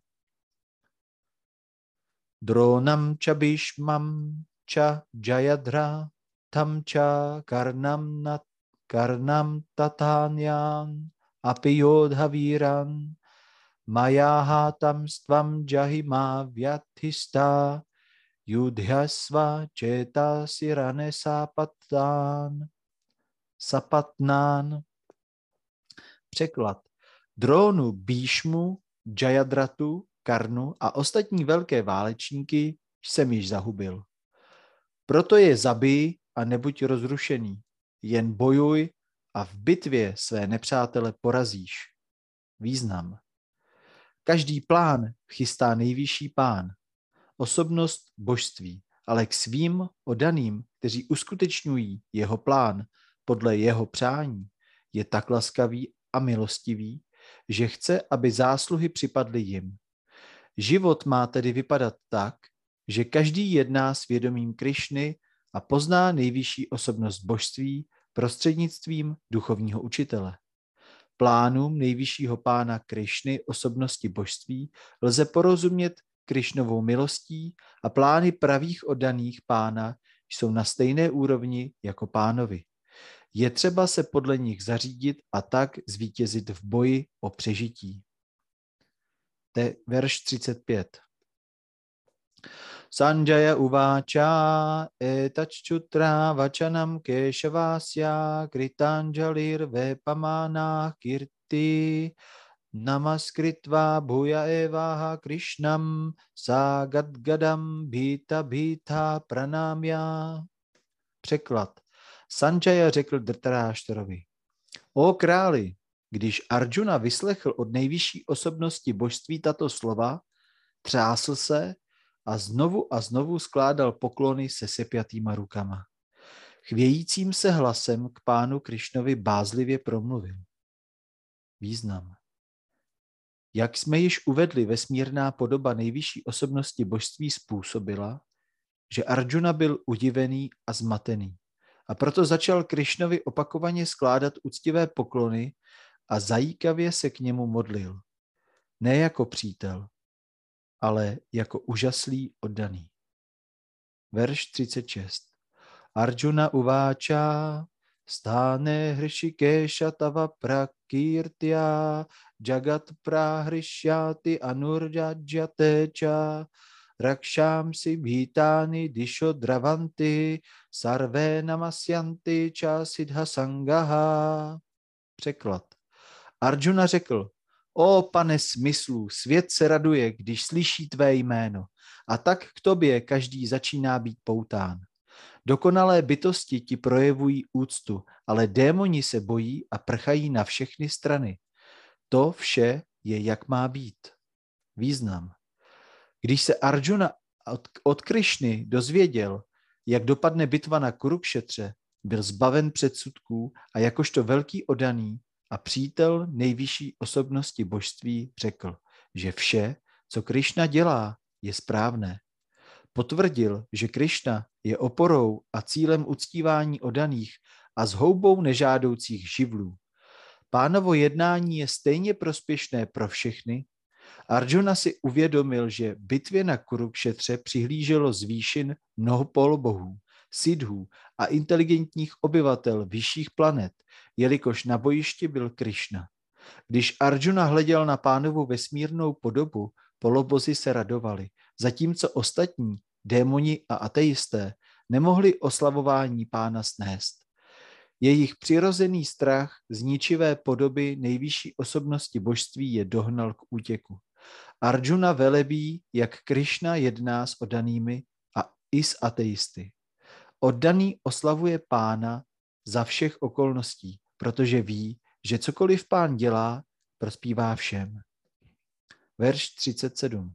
Dronam cha bhishmam cha jayadra tam cha karnam nat karnam tatanyan apiyodha viran mayaha tam stvam jahima vyathista yudhyasva cheta sirane sapatan sapatnán. Překlad. Drónu, Bhíšmu, Jayadratu, Karnu a ostatní velké válečníky jsem již zahubil. Proto je zabij a nebuď rozrušený. Jen bojuj a v bitvě své nepřátele porazíš. Význam. Každý plán chystá nejvyšší pán. Osobnost božství, ale k svým oddaným, kteří uskutečňují jeho plán podle jeho přání, je tak laskavý a milostivý, že chce, aby zásluhy připadly jim. Život má tedy vypadat tak, že každý jedná s vědomím Krišny a pozná nejvyšší osobnost božství prostřednictvím duchovního učitele. Plánům nejvyššího pána Krišny, osobnosti božství, lze porozumět Krišnovou milostí a plány pravých oddaných pána jsou na stejné úrovni jako pánovi. Je třeba se podle nich zařídit a tak zvítězit v boji o přežití. Te, verš třicet pět. Sanjaya uváča etačutra vačanam kešavasya kritanjalir vepamana kirti namaskritva bhuya evaha krishnam sagadgadam bhita bhita pranamya. Překlad. Sanjaya řekl Drtaráštrovi: O králi, když Arjuna vyslechl od nejvyšší osobnosti božství tato slova, třásl se a znovu a znovu skládal poklony se sepjatýma rukama. Chvějícím se hlasem k pánu Krišnovi bázlivě promluvil. Význam. Jak jsme již uvedli, vesmírná podoba nejvyšší osobnosti božství způsobila, že Arjuna byl udivený a zmatený. A proto začal Krišnovi opakovaně skládat úctivé poklony a zajíkavě se k němu modlil. Ne jako přítel, ale jako úžaslý oddaný. Verš třicet šest. Arjuna uváča stáne hrishikesha tava prakirtya jagat prahrishyati anurjajyatecha rakshamsi bhitani disho dravanti sarve namasyanti cha siddha sangaha. Překlad. Arjuna řekl: O pane smyslů, svět se raduje, když slyší tvé jméno, a tak k tobě každý začíná být poután. Dokonalé bytosti ti projevují úctu, ale démoni se bojí a prchají na všechny strany. To vše je, jak má být. Význam. Když se Arjuna od, od Krišny dozvěděl, jak dopadne bitva na Kurukšetře, byl zbaven předsudků a jakožto velký oddaný a přítel nejvyšší osobnosti božství řekl, že vše, co Krišna dělá, je správné. Potvrdil, že Krišna je oporou a cílem uctívání oddaných a zhoubou nežádoucích živlů. Pánovo jednání je stejně prospěšné pro všechny. Arjuna si uvědomil, že bitvě na Kurukšetře přihlíželo z výšin mnoho polobohů, siddhů a inteligentních obyvatel vyšších planet, jelikož na bojišti byl Krišna. Když Arjuna hleděl na pánovu vesmírnou podobu, polobozi se radovali, zatímco ostatní, démoni a ateisté, nemohli oslavování pána snést. Jejich přirozený strach z ničivé podoby nejvyšší osobnosti božství je dohnal k útěku. Arjuna velebí, jak Krišna jedná s oddanými a i s ateisty. Oddaný oslavuje pána za všech okolností, protože ví, že cokoliv pán dělá, prospívá všem. Verš třicet sedm.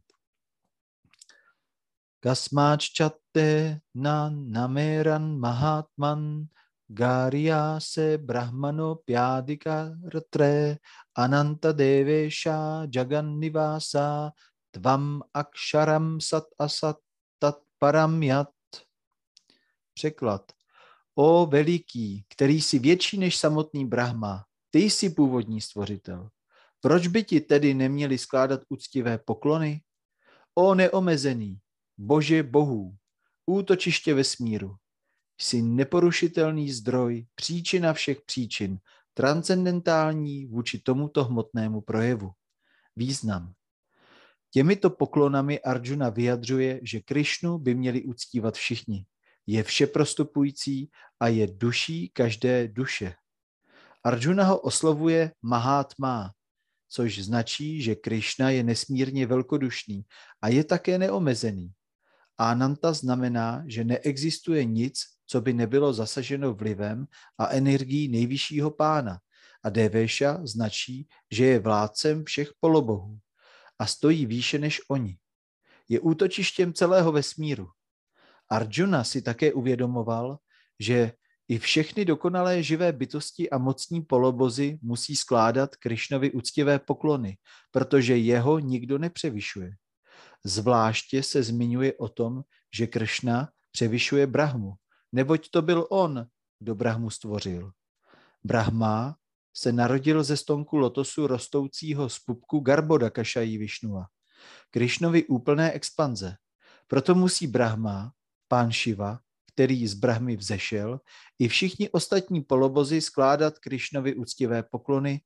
Kasmáččatte na nameran mahatman Gariya se brahmano pyadika ratre ananta devesha jagannivasa tvam aksharam sat asat tat param yat. Překlad. O veliký, který jsi větší než samotný Brahma, ty jsi původní stvořitel. Proč by ti tedy neměli skládat úctivé poklony? O neomezený, Bože bohů, útočiště vesmíru, jsi neporušitelný zdroj, příčina všech příčin, transcendentální vůči tomuto hmotnému projevu. Význam. Těmito poklonami Arjuna vyjadřuje, že Krišnu by měli uctívat všichni. Je všeprostupující a je duší každé duše. Arjuna ho oslovuje Mahátmá, což značí, že Krišna je nesmírně velkodušný a je také neomezený. Ananta znamená, že neexistuje nic, co by nebylo zasaženo vlivem a energií nejvyššího pána. A Deveša značí, že je vládcem všech polobohů a stojí výše než oni. Je útočištěm celého vesmíru. Arjuna si také uvědomoval, že i všechny dokonalé živé bytosti a mocní polobozy musí skládat Krišnovi úctivé poklony, protože jeho nikdo nepřevyšuje. Zvláště se zmiňuje o tom, že Krišna převyšuje Brahmu, neboť to byl on, kdo Brahmu stvořil. Brahma se narodil ze stonku lotosu rostoucího z pupku Garbhodakašají Višnua, Krišnovi úplné expanze. Proto musí Brahma, pán Šiva, který z Brahmy vzešel, i všichni ostatní polobozy skládat Krišnovi úctivé poklony.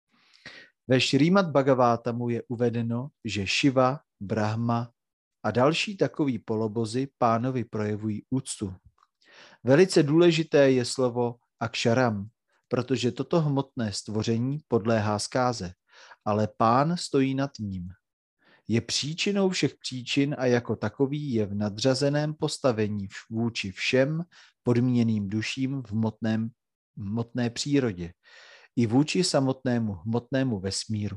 Ve Šrímad Bhagavatamu je uvedeno, že Šiva, Brahma a další takoví polobozy pánovi projevují úctu. Velice důležité je slovo akšaram, protože toto hmotné stvoření podléhá zkáze, ale pán stojí nad ním. Je příčinou všech příčin a jako takový je v nadřazeném postavení vůči všem podmíněným duším v hmotném, hmotné přírodě i vůči samotnému hmotnému vesmíru.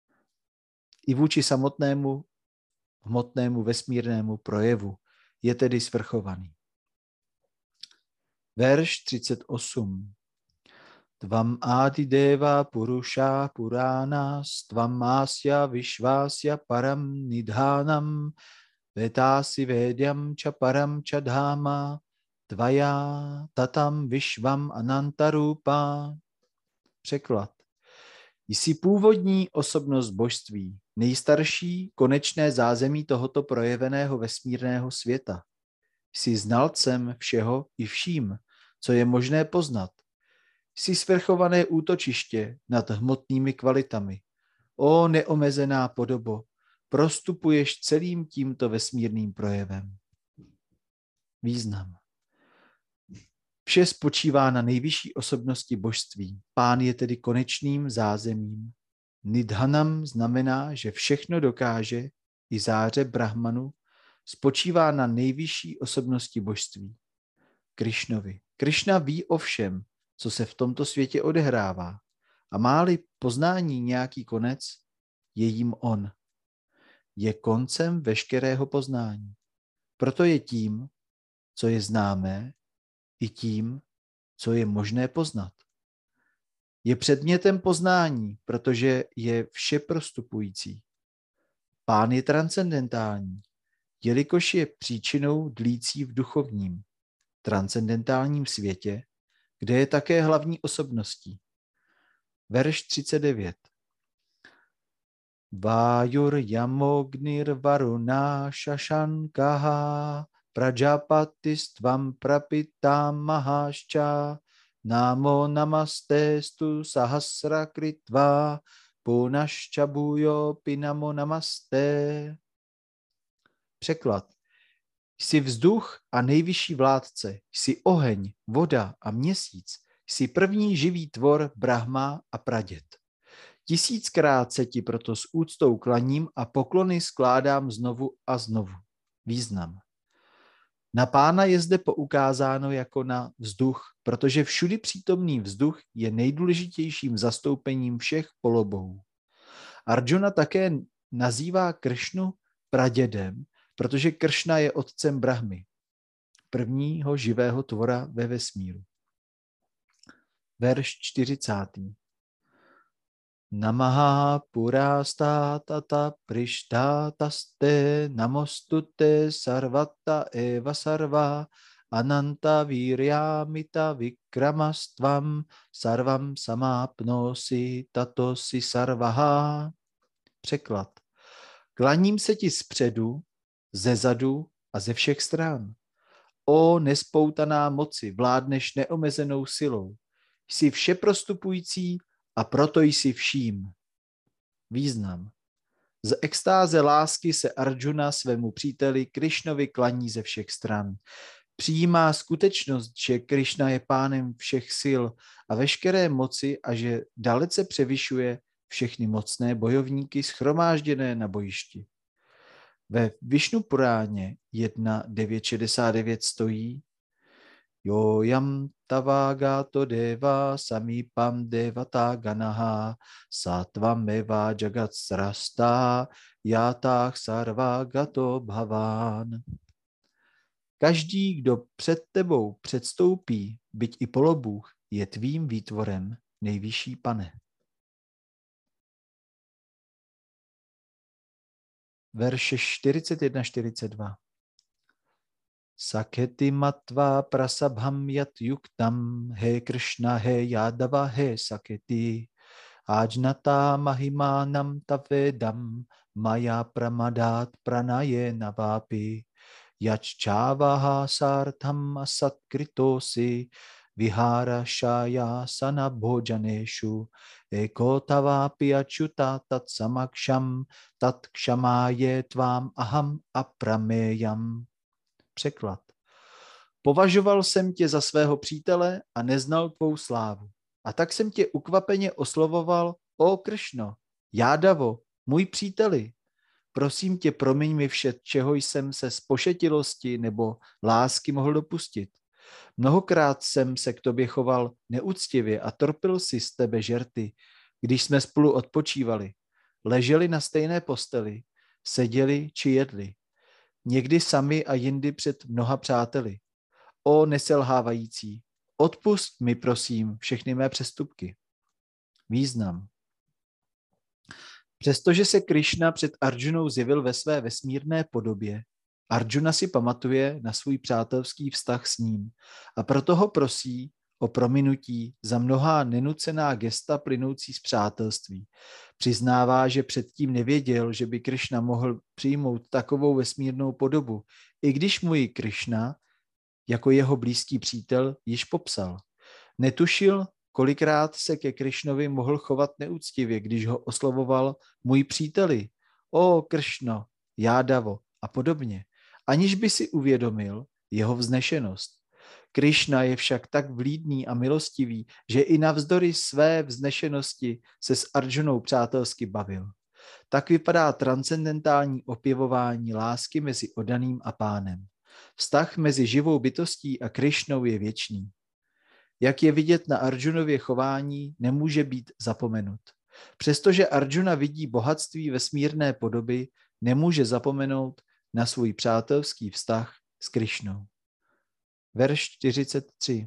I vůči samotnému hmotnému vesmírnému projevu je tedy svrchovaný. Verš třicet osm. Tvam adideva purusha puranas, tvam asya vishvasya param nidhanam, vetasi vedyam cha param cha dhama, tvaya tatam vishvam anantarupa. Překlad. Jsi původní osobnost božství, nejstarší konečné zázemí tohoto projeveného vesmírného světa. Jsi znalcem všeho i vším, co je možné poznat. Jsi svrchované útočiště nad hmotnými kvalitami. O neomezená podobo, prostupuješ celým tímto vesmírným projevem. Význam. Vše spočívá na nejvyšší osobnosti božství. Pán je tedy konečným zázemím. Nidhanam znamená, že všechno dokáže, i záře Brahmanu spočívá na nejvyšší osobnosti božství. Krišnovi. Krišna ví o všem, co se v tomto světě odehrává. A má-li poznání nějaký konec, je jím on. Je koncem veškerého poznání. Proto je tím, co je známé, i tím, co je možné poznat. Je předmětem poznání, protože je všeprostupující. Pán je transcendentální, jelikož je příčinou dlící v duchovním, transcendentálním světě, kde je také hlavní osobností. Verš třicet devět. Vajur yamognir varuna shashankaha prajapatistvam prapitam mahascha namo namastestu sahasra kritva punascha bhuyo pinamo namaste. Překlad. Jsi vzduch a nejvyšší vládce, jsi oheň, voda a měsíc, jsi první živý tvor Brahma a praděd. Tisíckrát se ti proto s úctou klaním a poklony skládám znovu a znovu. Význam. Na pána je zde poukázáno jako na vzduch, protože všudy přítomný vzduch je nejdůležitějším zastoupením všech polobohů. Arjuna také nazývá Krišnu pradědem, protože Kršna je otcem Brahmy, prvního živého tvora ve vesmíru. Verš čtyřicátý. Namaha purasta tata prishtataste namostute sarvata eva sarva ananta viryamita vikramastvam sarvam samápnosi tatosi sarvaha. Překlad. Klaním se ti zpředu, ze zadu a ze všech stran. O nespoutaná moci, vládneš neomezenou silou. Jsi všeprostupující a proto jsi vším. Význam. Z extáze lásky se Arjuna svému příteli Krišnovi klaní ze všech stran. Přijímá skutečnost, že Krišna je pánem všech sil a veškeré moci a že dalece převyšuje všechny mocné bojovníky shromážděné na bojišti. Ve Višnu Puráně jedna devět šedesát devět stojí Jo yam tavagato deva samipam devata ganaha satvam eva jagat srasta yatah sarvagato bhavan. Každý, kdo před tebou předstoupí, byť i polobůh, je tvým výtvorem, nejvyšší pane. Verše čtyřicet jedna čtyřicet dva. Saketi matva prasabham yat yuktam he Krishna he Yadava he Saketi ajnata mahimanam tavedam maya pramadat pranaye navapi yachchavaha sartham asatkritosi vihara shaya sana bhojaneshu ekotavapi achyuta tat samaksham tat kshamaye tvam aham aprameyam. Překlad. Považoval jsem tě za svého přítele a neznal tvou slávu. A tak jsem tě ukvapeně oslovoval, ó Kršno, Jádavo, můj příteli. Prosím tě, promiň mi vše, čeho jsem se z pošetilosti nebo lásky mohl dopustit. Mnohokrát jsem se k tobě choval neúctivě a torpil si z tebe žerty, když jsme spolu odpočívali. Leželi na stejné posteli, seděli či jedli. Někdy sami a jindy před mnoha přáteli. O neselhávající, odpusť mi prosím všechny mé přestupky. Význam. Přestože se Krišna před Arjunou zjevil ve své vesmírné podobě, Arjuna si pamatuje na svůj přátelský vztah s ním a proto ho prosí o prominutí za mnohá nenucená gesta plynoucí z přátelství. Přiznává, že předtím nevěděl, že by Krišna mohl přijmout takovou vesmírnou podobu, i když mu ji Krišna, jako jeho blízký přítel, již popsal. Netušil, kolikrát se ke Krišnovi mohl chovat neúctivě, když ho oslovoval můj příteli, ó Kršno, Jádavo a podobně, aniž by si uvědomil jeho vznešenost. Krišna je však tak vlídný a milostivý, že i navzdory své vznešenosti se s Arjunou přátelsky bavil. Tak vypadá transcendentální opěvování lásky mezi oddaným a pánem. Vztah mezi živou bytostí a Krišnou je věčný. Jak je vidět na Arjunově chování, nemůže být zapomenut. Přestože Arjuna vidí bohatství vesmírné podoby, nemůže zapomenout na svůj přátelský vztah s Krišnou. Verš čtyřicet tři.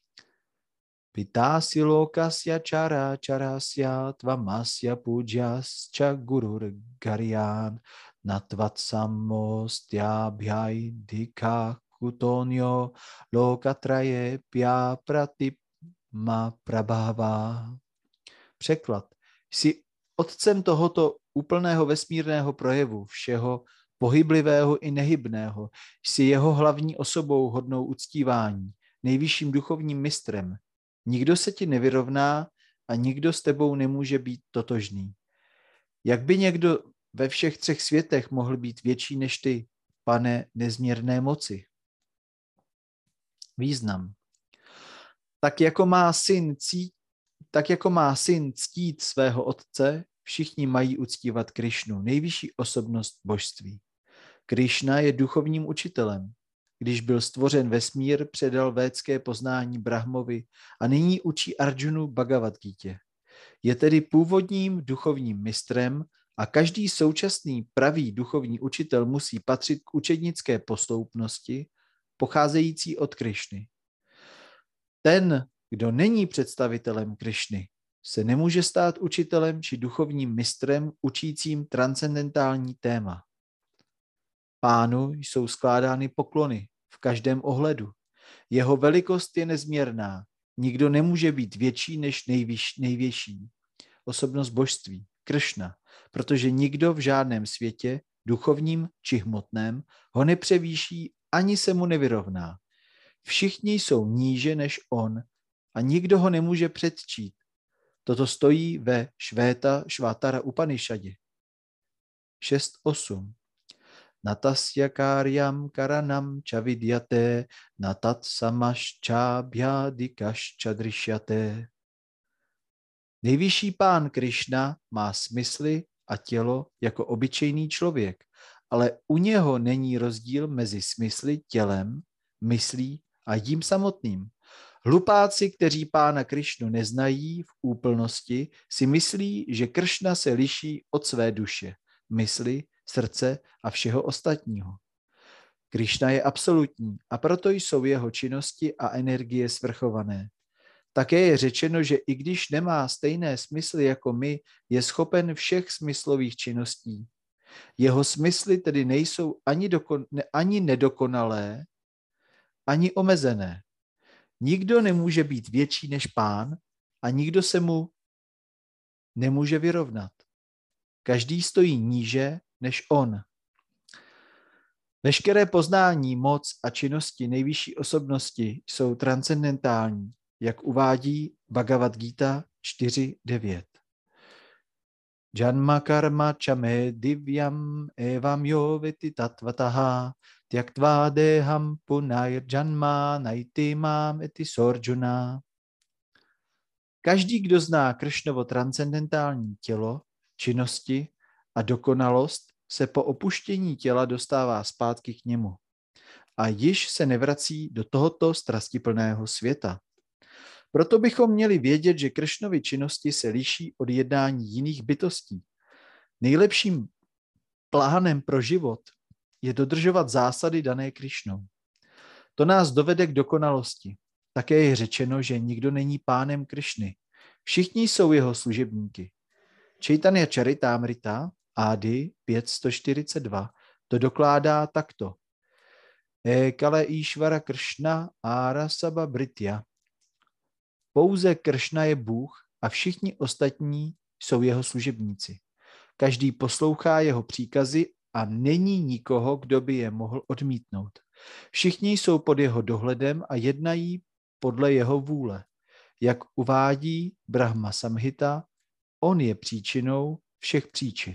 Pitási lokasya čara čarasya tvamasya pujascha gurur garyan natvat samostya bhyai dika kutonyo lokatraje pya pratipma prabhava. Překlad. Jsi otcem tohoto úplného vesmírného projevu všeho pohyblivého i nehybného, jsi jeho hlavní osobou hodnou uctívání, nejvyšším duchovním mistrem. Nikdo se ti nevyrovná a nikdo s tebou nemůže být totožný. Jak by někdo ve všech třech světech mohl být větší než ty, pane nezměrné moci? Význam. Tak jako má syn, cí, tak jako má syn ctít svého otce, všichni mají uctívat Krišnu, nejvyšší osobnost božství. Krišna je duchovním učitelem. Když byl stvořen vesmír, předal védské poznání Brahmovi a nyní učí Arjunu Bhagavad Gítě. Je tedy původním duchovním mistrem a každý současný pravý duchovní učitel musí patřit k učednické posloupnosti, pocházející od Krišny. Ten, kdo není představitelem Krišny, se nemůže stát učitelem či duchovním mistrem učícím transcendentální téma. Pánu jsou skládány poklony v každém ohledu, Jeho velikost je nezměrná. Nikdo nemůže být větší než nejvyš, největší osobnost božství, Kršna, protože nikdo v žádném světě, duchovním či hmotném, ho nepřevýší ani se mu nevyrovná. Všichni jsou níže než on a nikdo ho nemůže předčít. Toto stojí ve Švéta Švátara Upanishadě. šest osm. Natasya karyam karanam chavidyate natat samaščábhyadikašča drishyate. Nejvyšší pán Krišna má smysly a tělo jako obyčejný člověk, ale u něho není rozdíl mezi smysly, tělem, myslí a jím samotným. Hlupáci, kteří pána Krišnu neznají v úplnosti, si myslí, že Kršna se liší od své duše, mysli, srdce a všeho ostatního. Krišna je absolutní a proto jsou jeho činnosti a energie svrchované. Také je řečeno, že i když nemá stejné smysly jako my, je schopen všech smyslových činností. Jeho smysly tedy nejsou ani, dokon, ani nedokonalé, ani omezené. Nikdo nemůže být větší než pán a nikdo se mu nemůže vyrovnat. Každý stojí níže než on. Veškeré poznání, moc a činnosti nejvyšší osobnosti jsou transcendentální, jak uvádí Bhagavad Gita čtyři devět. Janma karma chame divyam evam yo veti tatvataha tyaktva deham punair janma naiti mam eti sorjuna. Každý, kdo zná Kršnovo transcendentální tělo, činnosti a dokonalost, se po opuštění těla dostává zpátky k němu a již se nevrací do tohoto strastiplného světa. Proto bychom měli vědět, že Kršnovy činnosti se liší od jednání jiných bytostí. Nejlepším plánem pro život je dodržovat zásady dané Krišnou. To nás dovede k dokonalosti. Také je řečeno, že nikdo není pánem Krišny. Všichni jsou jeho služebníky. Chaitanya Charitamrita Adi pět sto čtyřicet dva to dokládá takto. Ekale Ishvara Kršna Arasabha Britya. Pouze Kršna je Bůh a všichni ostatní jsou jeho služebníci. Každý poslouchá jeho příkazy a není nikoho, kdo by je mohl odmítnout. Všichni jsou pod jeho dohledem a jednají podle jeho vůle. Jak uvádí Brahma Samhita, on je příčinou všech příčin.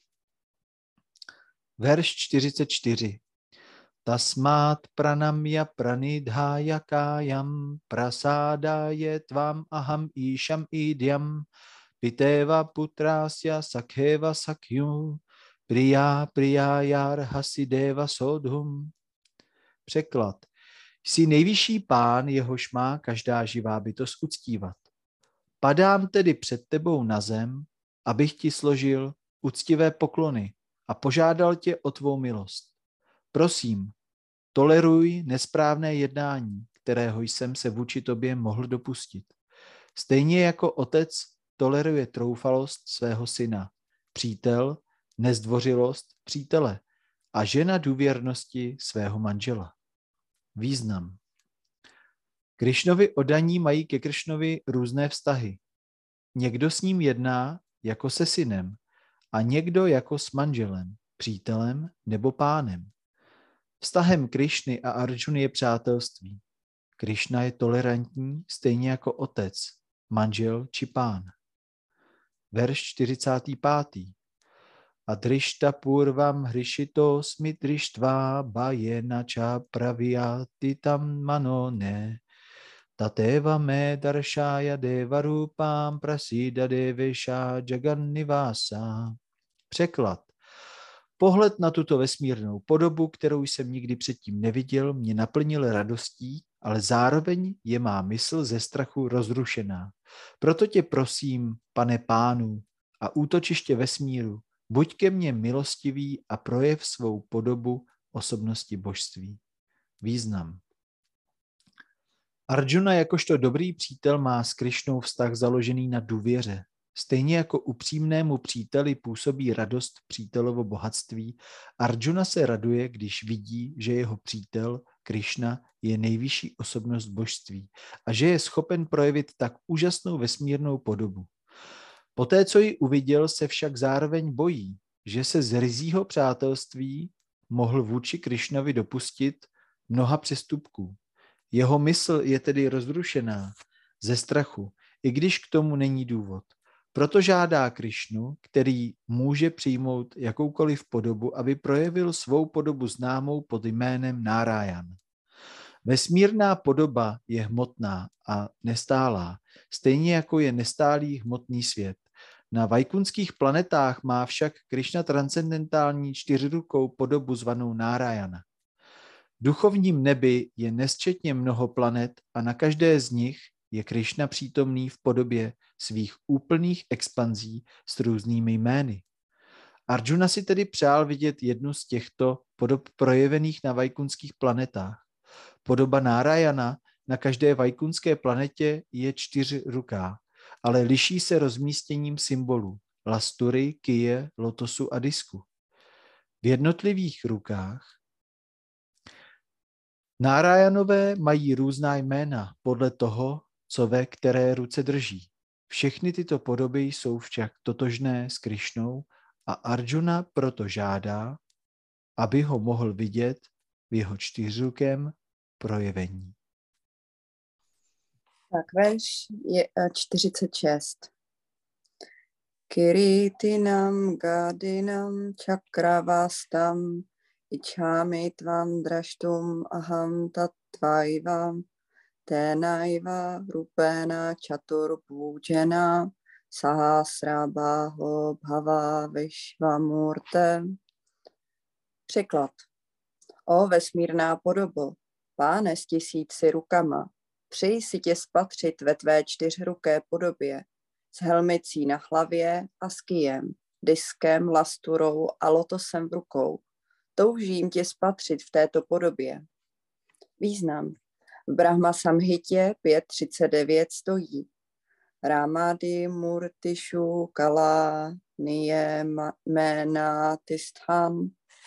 Verš čtyřicet čtyři. Tasmát pranamya pranidhaya káyam prasádaje tvam aham íšam idyam piteva putrasya sakheva sakyu priya priyayar hasideva sodhum. Překlad. Jsi nejvyšší pán, jehož má každá živá bytost uctívat. Padám tedy před tebou na zem, abych ti složil uctivé poklony a požádal tě o tvou milost. Prosím, toleruj nesprávné jednání, kterého jsem se vůči tobě mohl dopustit. Stejně jako otec toleruje troufalost svého syna, přítel nezdvořilost přítele a žena důvěrnosti svého manžela. Význam. Krišnovi oddaní mají ke Krišnovi různé vztahy. Někdo s ním jedná jako se synem a někdo jako s manželem, přítelem nebo pánem. Vztahem Krišny a Arjuny je přátelství. Krišna je tolerantní stejně jako otec, manžel či pán. Verš čtyřicátý pátý. Adrishta purvam hrishito smidrishtva bhayena cha pravyati tam manone tateva me darshaya devarupam prasida devesha jagannivasa. Překlad. Pohled na tuto vesmírnou podobu, kterou jsem nikdy předtím neviděl, mě naplnil radostí, ale zároveň je má mysl ze strachu rozrušená. Proto tě prosím, pane pánu a útočiště vesmíru, buď ke mně milostivý a projev svou podobu osobnosti božství. Význam. Arjuna jakožto dobrý přítel má s Krišnou vztah založený na důvěře. Stejně jako upřímnému příteli působí radost přítelovo bohatství, Arjuna se raduje, když vidí, že jeho přítel Krišna je nejvyšší osobnost božství a že je schopen projevit tak úžasnou vesmírnou podobu. Poté, co ji uviděl, se však zároveň bojí, že se z ryzího přátelství mohl vůči Krišnovi dopustit mnoha přestupků. Jeho mysl je tedy rozrušená ze strachu, i když k tomu není důvod. Proto žádá Krišnu, který může přijmout jakoukoliv podobu, aby projevil svou podobu známou pod jménem Nárajan. Vesmírná podoba je hmotná a nestálá, stejně jako je nestálý hmotný svět. Na vajkunských planetách má však Krišna transcendentální čtyřrukou podobu zvanou Nárajana. V duchovním nebi je nesčetně mnoho planet a na každé z nich je Krišna přítomný v podobě svých úplných expanzí s různými jmény. Arjuna si tedy přál vidět jednu z těchto podob projevených na vajkunských planetách. Podoba Nárajana na každé vajkunské planetě je čtyřruká, ale liší se rozmístěním symbolů lastury, kije, lotosu a disku. V jednotlivých rukách Nárajanové mají různá jména podle toho, co ve které ruce drží. Všechny tyto podoby jsou však totožné s Krišnou a Arjuna proto žádá, aby ho mohl vidět v jeho čtyřrukém projevení. Tak verš je čtyřicet šest. Kiritinam gadinam čakravastam ichami tvam drashtum aham tatvaivam tenaiva rupena chaturbhujena sahasrabaho bhava vishvamurte. Překlad. O vesmírná podobo, páne s tisíci rukama, přeji si tě spatřit ve tvé čtyřruké podobě, s helmicí na hlavě a s kijem, diskem, lasturou a lotosem v rukou. Toužím tě spatřit v této podobě. Význam. V Brahma Samhitě pět třicet devět stojí Ramadi Murtishu Kala Niyemena Tistham.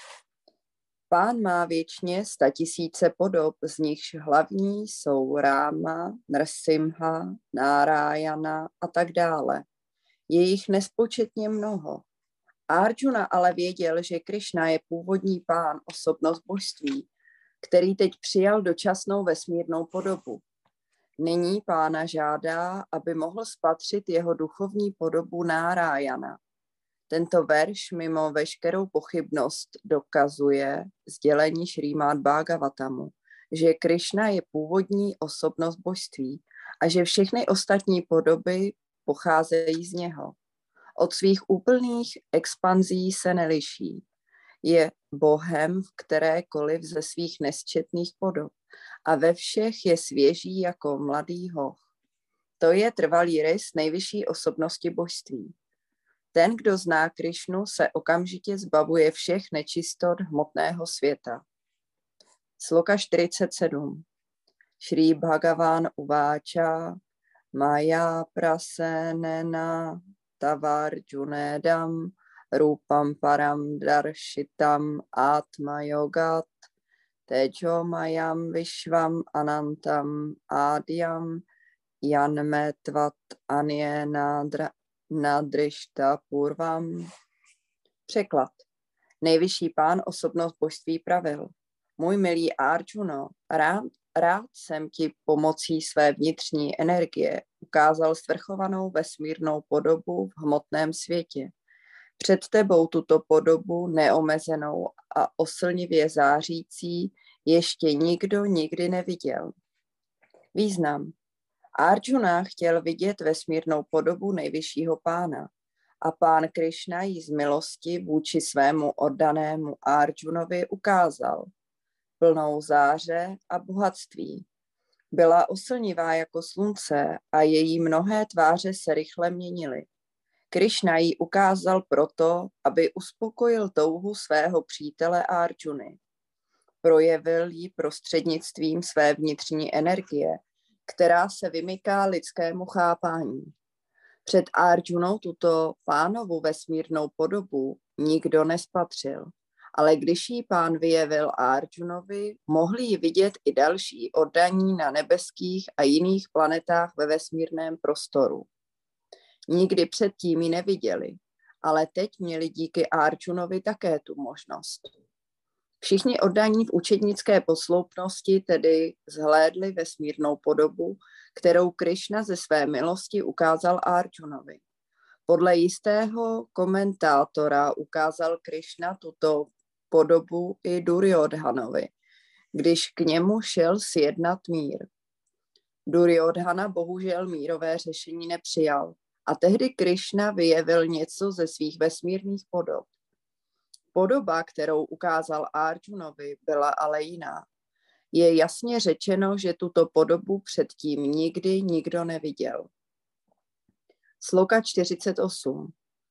Pán má věčně statisíce podob, z nichž hlavní jsou Ráma, Nrsimha, Nárajana a tak dále. Je jich nespočetně mnoho. Arjuna ale věděl, že Krišna je původní pán, osobnost božství, který teď přijal dočasnou vesmírnou podobu. Nyní pána žádá, aby mohl spatřit jeho duchovní podobu Nárajana. Tento verš mimo veškerou pochybnost dokazuje sdělení Šrímád Bhagavatamu, že Krišna je původní osobnost božství a že všechny ostatní podoby pocházejí z něho. Od svých úplných expanzí se neliší. Je Bohem v kterékoliv ze svých nesčetných podob a ve všech je svěží jako mladý hoch. To je trvalý rys nejvyšší osobnosti božství. Ten, kdo zná Krišnu, se okamžitě zbavuje všech nečistot hmotného světa. Sloka čtyřicet sedm. Šrí Bhagavan uváča Maya prasenena tavarjunedam rupam param darshitam atma yogat tejomayam vishvam anantam adyam janmetvat anyenadra nadrishta purvam. Překlad. Nejvyšší pán, osobnost božství pravil. Můj milý Arjuno, rád, rád jsem ti pomocí své vnitřní energie ukázal svrchovanou vesmírnou podobu v hmotném světě. Před tebou tuto podobu neomezenou a oslnivě zářící ještě nikdo nikdy neviděl. Význam. Arjuna chtěl vidět vesmírnou podobu nejvyššího pána a pán Krišna ji z milosti vůči svému oddanému Arjunovi ukázal, plnou záře a bohatství. Byla oslnivá jako slunce a její mnohé tváře se rychle měnily. Krišna ji ukázal proto, aby uspokojil touhu svého přítele Arjuny. Projevil ji prostřednictvím své vnitřní energie, která se vymyká lidskému chápání. Před Arjunou tuto pánovu vesmírnou podobu nikdo nespatřil Ale když jí pán vyjevil Arjunovi, mohli ji vidět i další oddaní na nebeských a jiných planetách ve vesmírném prostoru. Nikdy předtím ji neviděli, ale teď měli díky Arjunovi také tu možnost. Všichni oddaní v učednické posloupnosti tedy zhlédli vesmírnou podobu, kterou Krišna ze své milosti ukázal Arjunovi. Podle jistého komentátora ukázal Krišna tuto podobu i Duryodhanovi, když k němu šel sjednat mír. Duryodhana bohužel mírové řešení nepřijal a tehdy Krišna vyjevil něco ze svých vesmírných podob. Podoba, kterou ukázal Arjunovi, byla ale jiná. Je jasně řečeno, že tuto podobu předtím nikdy nikdo neviděl. Sloka čtyřicet osm.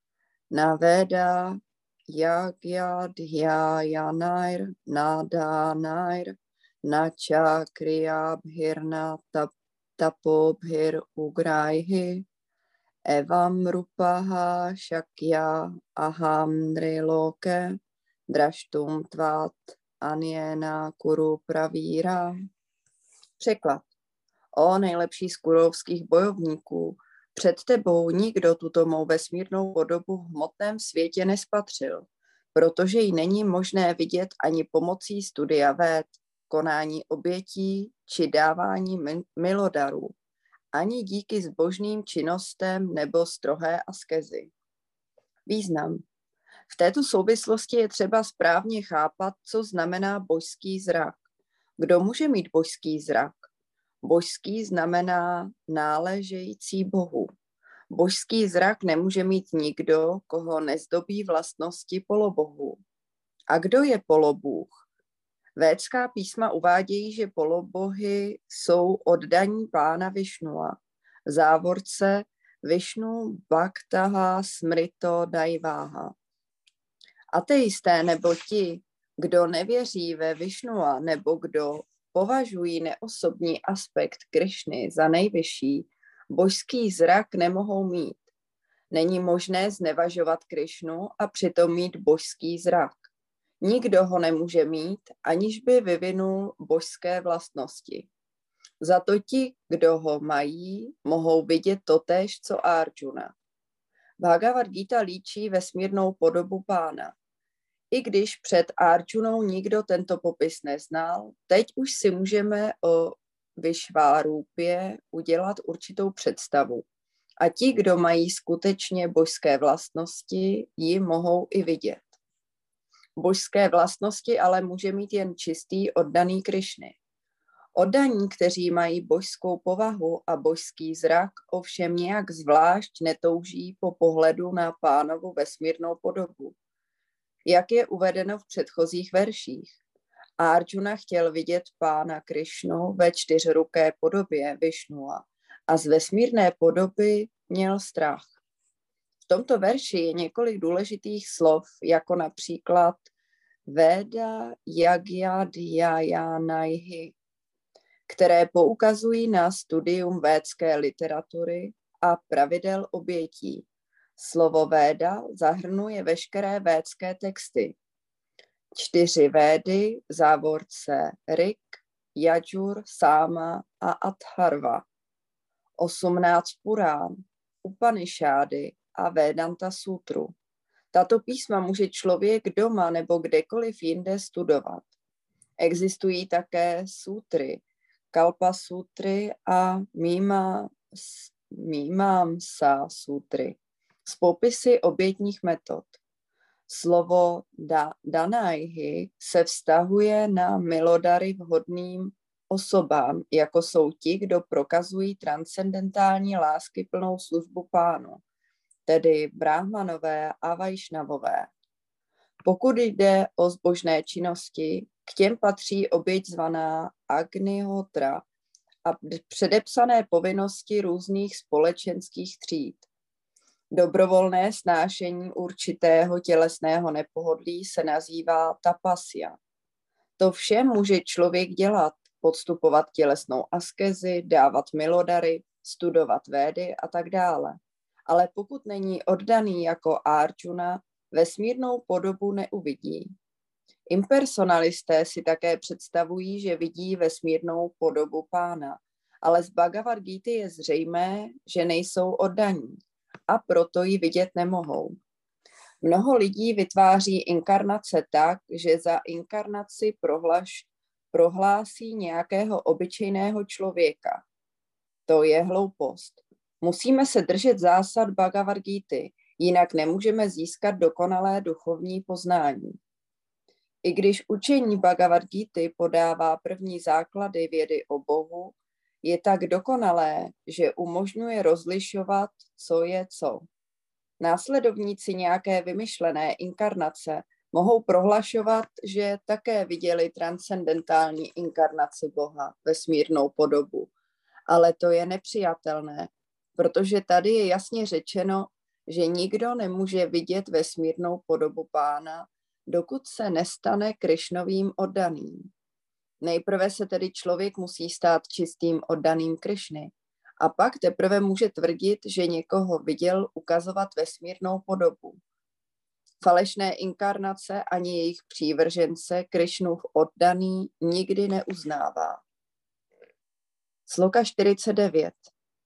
Naveda yagya dhyayanair nadanair nacha kriyabhirna tapobhir ugraihi evam rupaha shakya aham nriloke drashtum tvat anyena kuru pravíra. Překlad. O nejlepší z kurovských bojovníků, před tebou nikdo tuto mou vesmírnou podobu v hmotném světě nespatřil, protože ji není možné vidět ani pomocí studia véd, konání obětí či dávání milodarů, ani díky zbožným činnostem nebo strohé askezi. Význam. V této souvislosti je třeba správně chápat, co znamená božský zrak. Kdo může mít božský zrak? Božský znamená náležející Bohu. Božský zrak nemůže mít nikdo, koho nezdobí vlastnosti polobohů. A kdo je polobůh? Védská písma uvádějí, že polobohy jsou oddaní pána Višnua. V závorce Višnu Bhaktaha Smrito Daiváha. Ateisté nebo ti, kdo nevěří ve Višnua nebo kdo považují neosobní aspekt Krišny za nejvyšší, božský zrak nemohou mít. Není možné znevažovat Krišnu a přitom mít božský zrak. Nikdo ho nemůže mít, aniž by vyvinul božské vlastnosti. Za to ti, kdo ho mají, mohou vidět totéž, co Arjuna. Bhagavad Gita líčí vesmírnou podobu pána. I když před Arjunou nikdo tento popis neznal, teď už si můžeme o Višvárupě udělat určitou představu. A ti, kdo mají skutečně božské vlastnosti, ji mohou i vidět. Božské vlastnosti ale může mít jen čistý oddaný Krišny. Oddaní, kteří mají božskou povahu a božský zrak, ovšem nějak zvlášť netouží po pohledu na pánovu vesmírnou podobu. Jak je uvedeno v předchozích verších. Arjuna chtěl vidět pána Krišnu ve čtyřruké podobě Višnua a z vesmírné podoby měl strach. V tomto verši je několik důležitých slov, jako například Veda Yagya Dhyayanaihi, které poukazují na studium védské literatury a pravidel obětí. Slovo Véda zahrnuje veškeré védské texty. Čtyři védy, závorce Rik, Jajur, Sáma a Atharva. Osmnáct Purán, Upanišády a Vedanta Sutru. Tato písma může člověk doma nebo kdekoliv jinde studovat. Existují také sutry, Kalpa sutry a Mima, Mimamsa sutry s popisy obětních metod. Slovo da, danaihi se vztahuje na milodary vhodným osobám, jako jsou ti, kdo prokazují transcendentální lásky plnou službu pánu, tedy brahmanové a vajšnavové. Pokud jde o zbožné činnosti, k těm patří oběť zvaná Agnihotra a předepsané povinnosti různých společenských tříd. Dobrovolné snášení určitého tělesného nepohodlí se nazývá tapasya. To vše může člověk dělat, podstupovat tělesnou askezi, dávat milodary, studovat védy a tak dále. Ale pokud není oddaný jako Arjuna, vesmírnou podobu neuvidí. Impersonalisté si také představují, že vidí vesmírnou podobu Pána, ale z Bhagavad Gíty je zřejmé, že nejsou oddaní a proto ji vidět nemohou. Mnoho lidí vytváří inkarnace tak, že za inkarnaci prohlaš, prohlásí nějakého obyčejného člověka. To je hloupost. Musíme se držet zásad Bhagavad Gíty, jinak nemůžeme získat dokonalé duchovní poznání. I když učení Bhagavad Gíty podává první základy vědy o Bohu, je tak dokonalé, že umožňuje rozlišovat, co je co. Následovníci nějaké vymyšlené inkarnace mohou prohlašovat, že také viděli transcendentální inkarnaci Boha, vesmírnou podobu. Ale to je nepřijatelné, protože tady je jasně řečeno, že nikdo nemůže vidět vesmírnou podobu Pána, dokud se nestane Krišnovým oddaným. Nejprve se tedy člověk musí stát čistým oddaným Krišny a pak teprve může tvrdit, že někoho viděl ukazovat vesmírnou podobu. Falešné inkarnace ani jejich přívržence Krišnův oddaný nikdy neuznává. Sloka čtyřicet devět.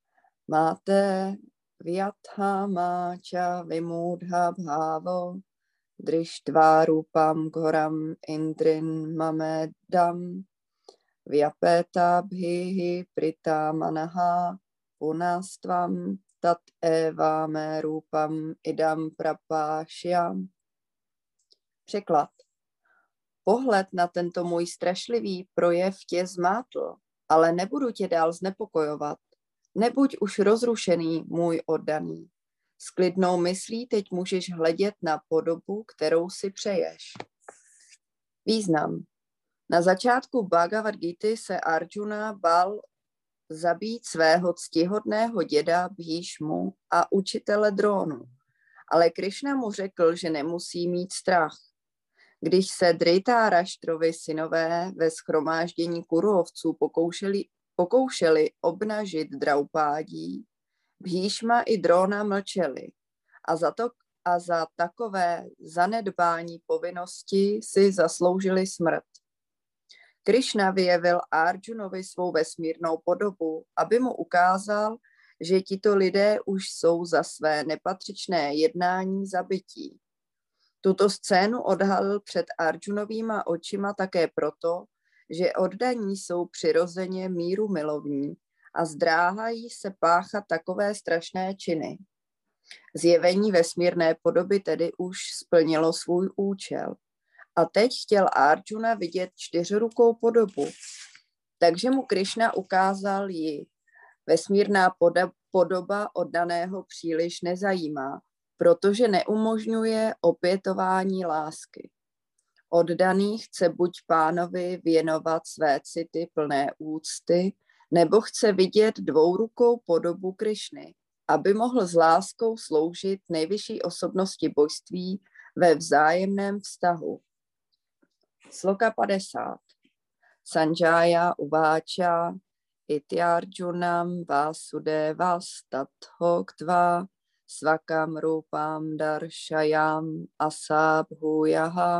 Máte vyatha máča vimudha bhávo drištva rupam ghoram indrin mamedam vyapeta bhihi prita manaha punastvam tat eva me rupam idam prapášyam. Překlad. Pohled na tento můj strašlivý projev tě zmátl, ale nebudu tě dál znepokojovat. Nebuď už rozrušený, můj oddaný. S klidnou myslí teď můžeš hledět na podobu, kterou si přeješ. Význam. Na začátku Bhagavad Gity se Arjuna bál zabít svého ctihodného děda Bhíšmu a učitele Drónu, ale Krišna mu řekl, že nemusí mít strach. Když se Dhritarashtrovi synové ve shromáždění Kurovců pokoušeli, pokoušeli obnažit Draupádí, Bhíšma i Dróna mlčeli a za, to, a za takové zanedbání povinnosti si zasloužili smrt. Krišna vyjevil Arjunovi svou vesmírnou podobu, aby mu ukázal, že tito lidé už jsou za své nepatřičné jednání zabití. Tuto scénu odhalil před Arjunovýma očima také proto, že oddaní jsou přirozeně míru milovní a zdráhají se páchat takové strašné činy. Zjevení vesmírné podoby tedy už splnilo svůj účel. A teď chtěl Arjuna vidět čtyřrukou podobu, takže mu Krišna ukázal ji. Vesmírná podoba oddaného příliš nezajímá, protože neumožňuje opětování lásky. Oddaný chce buď Pánovi věnovat své city plné úcty, nebo chce vidět dvourukou podobu Krišny, aby mohl s láskou sloužit nejvyšší osobnosti božství ve vzájemném vztahu. Sloka padesát. Sanjaya uváča ityarjunam vasudevas tatho ktva svakam rupam darshayam asabhuyaha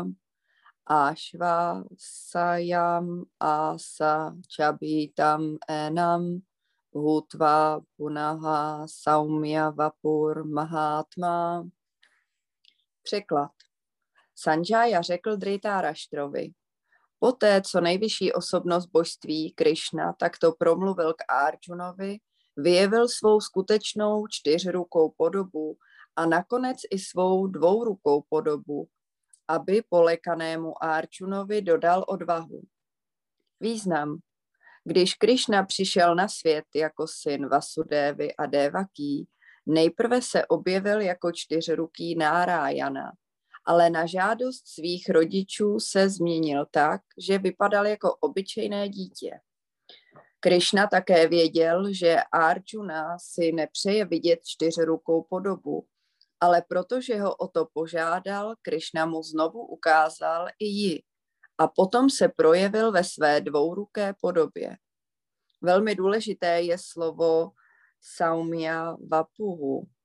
ashva sayam asa chabitam enam bhutva punaha saumya vapur mahatma. Překlad. Sanjaya řekl Dhritarashtrovi: poté, co nejvyšší osobnost božství Krišna takto promluvil k Arjunovi, vyjevil svou skutečnou čtyřrukou podobu a nakonec i svou dvourukou podobu, aby polekanému Arjunovi dodal odvahu. Význam. Když Krišna přišel na svět jako syn Vasudevy a Devaký, nejprve se objevil jako čtyřruký Nárajana, ale na žádost svých rodičů se změnil tak, že vypadal jako obyčejné dítě. Krišna také věděl, že Arjuna si nepřeje vidět čtyřrukou podobu, ale protože ho o to požádal, Krišna mu znovu ukázal i ji a potom se projevil ve své dvouruké podobě. Velmi důležité je slovo Saumya Vapuhu.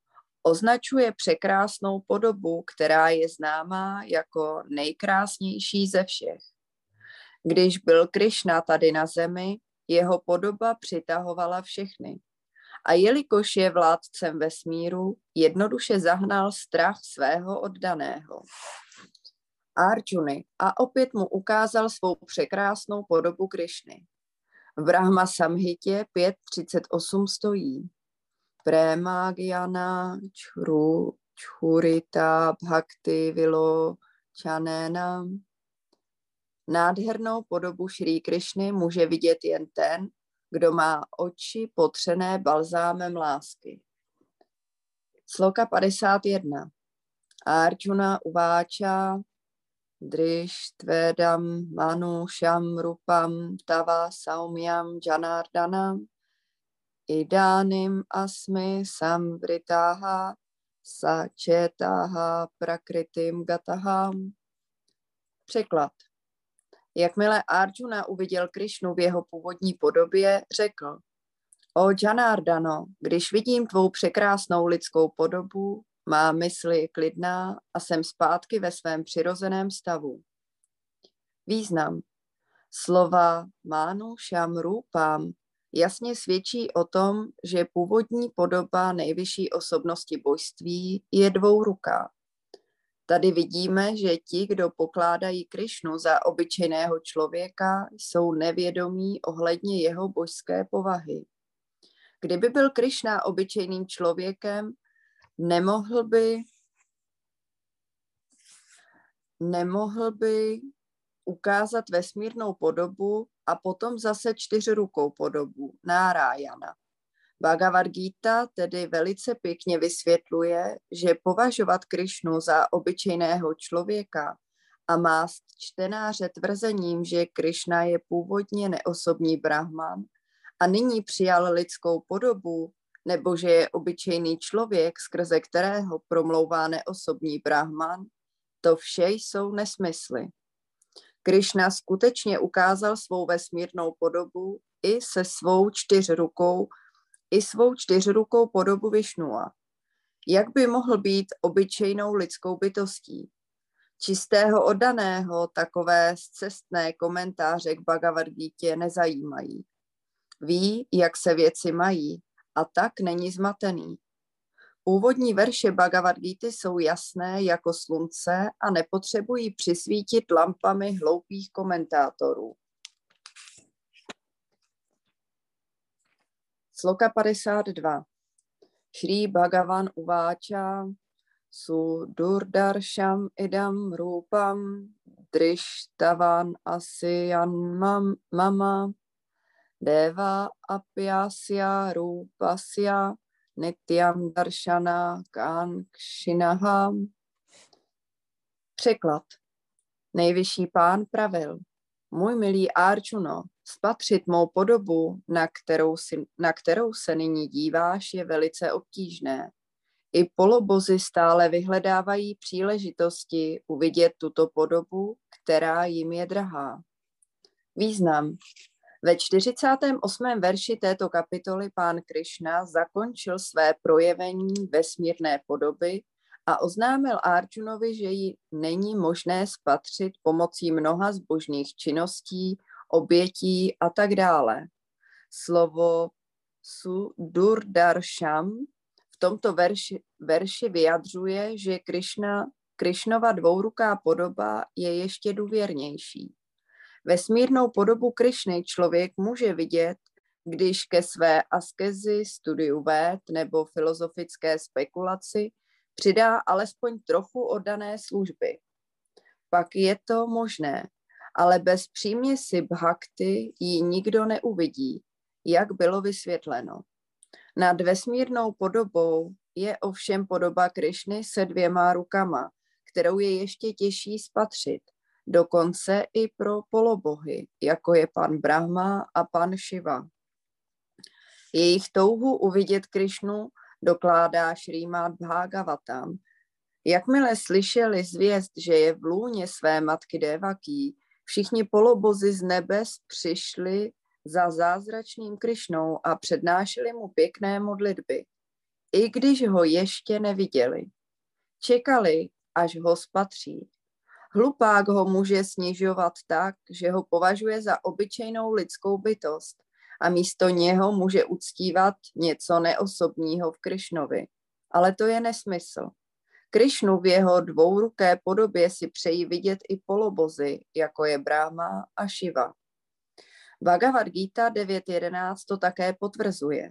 Označuje překrásnou podobu, která je známá jako nejkrásnější ze všech. Když byl Krišna tady na zemi, jeho podoba přitahovala všechny. A jelikož je vládcem vesmíru, jednoduše zahnal strach svého oddaného. Arjuny a opět mu ukázal svou překrásnou podobu Krišny. V Brahma Samhitě pět třicet osm stojí: Prema gyana čhru čhurita bhakti vilo čanenam. Nádhernou podobu Šrí Krišny může vidět jen ten, kdo má oči potřené balzámem lásky. Sloka padesát jedna. Arjuna uváča drištvedam manušam rupam tava saumyam janardanam idánim asmi samvritáha sačetáha prakritim gataham. Překlad. Jakmile Arjuna uviděl Krišnu v jeho původní podobě, řekl: O Janardano, když vidím tvou překrásnou lidskou podobu, má mysl je klidná a jsem zpátky ve svém přirozeném stavu. Význam. Slova Manušam Rupam jasně svědčí o tom, že původní podoba nejvyšší osobnosti božství je dvouruká. Tady vidíme, že ti, kdo pokládají Krišnu za obyčejného člověka, jsou nevědomí ohledně jeho božské povahy. Kdyby byl Krišna obyčejným člověkem, nemohl by, nemohl by ukázat vesmírnou podobu a potom zase čtyřrukou podobu, Nárajana. Bhagavad Gita tedy velice pěkně vysvětluje, že považovat Krišnu za obyčejného člověka a mást čtenáře tvrzením, že Krišna je původně neosobní brahman a nyní přijal lidskou podobu, nebo že je obyčejný člověk, skrze kterého promlouvá neosobní brahman, to vše jsou nesmysly. Krišna skutečně ukázal svou vesmírnou podobu i se svou čtyřrukou, i svou čtyřrukou podobu Višnua. Jak by mohl být obyčejnou lidskou bytostí? Čistého oddaného takové scestné komentáře k Bhagavad Gítě nezajímají. Ví, jak se věci mají, a tak není zmatený. Původní verše Bhagavad Gíty jsou jasné jako slunce a nepotřebují přisvítit lampami hloupých komentátorů. Sloka padesát dva. Šrí Bhagavan uváča su durdarsham idam rupam drishtavan asiyan mama deva apyasya rupasya nityam darshana kankshinaha. Překlad. Nejvyšší pán pravil: Můj milý Arjuno, spatřit mou podobu, na kterou, si, na kterou se nyní díváš, je velice obtížné. I polobozy stále vyhledávají příležitosti uvidět tuto podobu, která jim je drahá. Význam. Ve čtyřicátém osmém verši této kapitoly pán Krišna zakončil své projevení vesmírné podoby a oznámil Arjunovi, že ji není možné spatřit pomocí mnoha zbožných činností, obětí a tak dále. Slovo sudurdarsham v tomto verši, verši vyjadřuje, že Krišna, Krišnova dvouruká podoba je ještě důvěrnější. Vesmírnou podobu Krišny člověk může vidět, když ke své askezi, studiu véd nebo filozofické spekulaci přidá alespoň trochu oddané služby. Pak je to možné, ale bez příměsi bhakti ji nikdo neuvidí, jak bylo vysvětleno. Nad vesmírnou podobou je ovšem podoba Krišny se dvěma rukama, kterou je ještě těžší spatřit, dokonce i pro polobohy, jako je pan Brahma a pan Šiva. Jejich touhu uvidět Krišnu dokládá Šrímad Bhagavatam. Jakmile slyšeli zvěst, že je v lůně své matky Devaký, všichni polobozy z nebes přišli za zázračným Krišnou a přednášeli mu pěkné modlitby. i když ho ještě neviděli. Čekali, až ho spatří. Hlupák ho může snižovat tak, že ho považuje za obyčejnou lidskou bytost a místo něho může uctívat něco neosobního v Krišnovi. Ale to je nesmysl. Krišnu v jeho dvouruké podobě si přejí vidět i polobozy, jako je Brahma a Šiva. Bhagavad Gita devět jedenáct to také potvrzuje.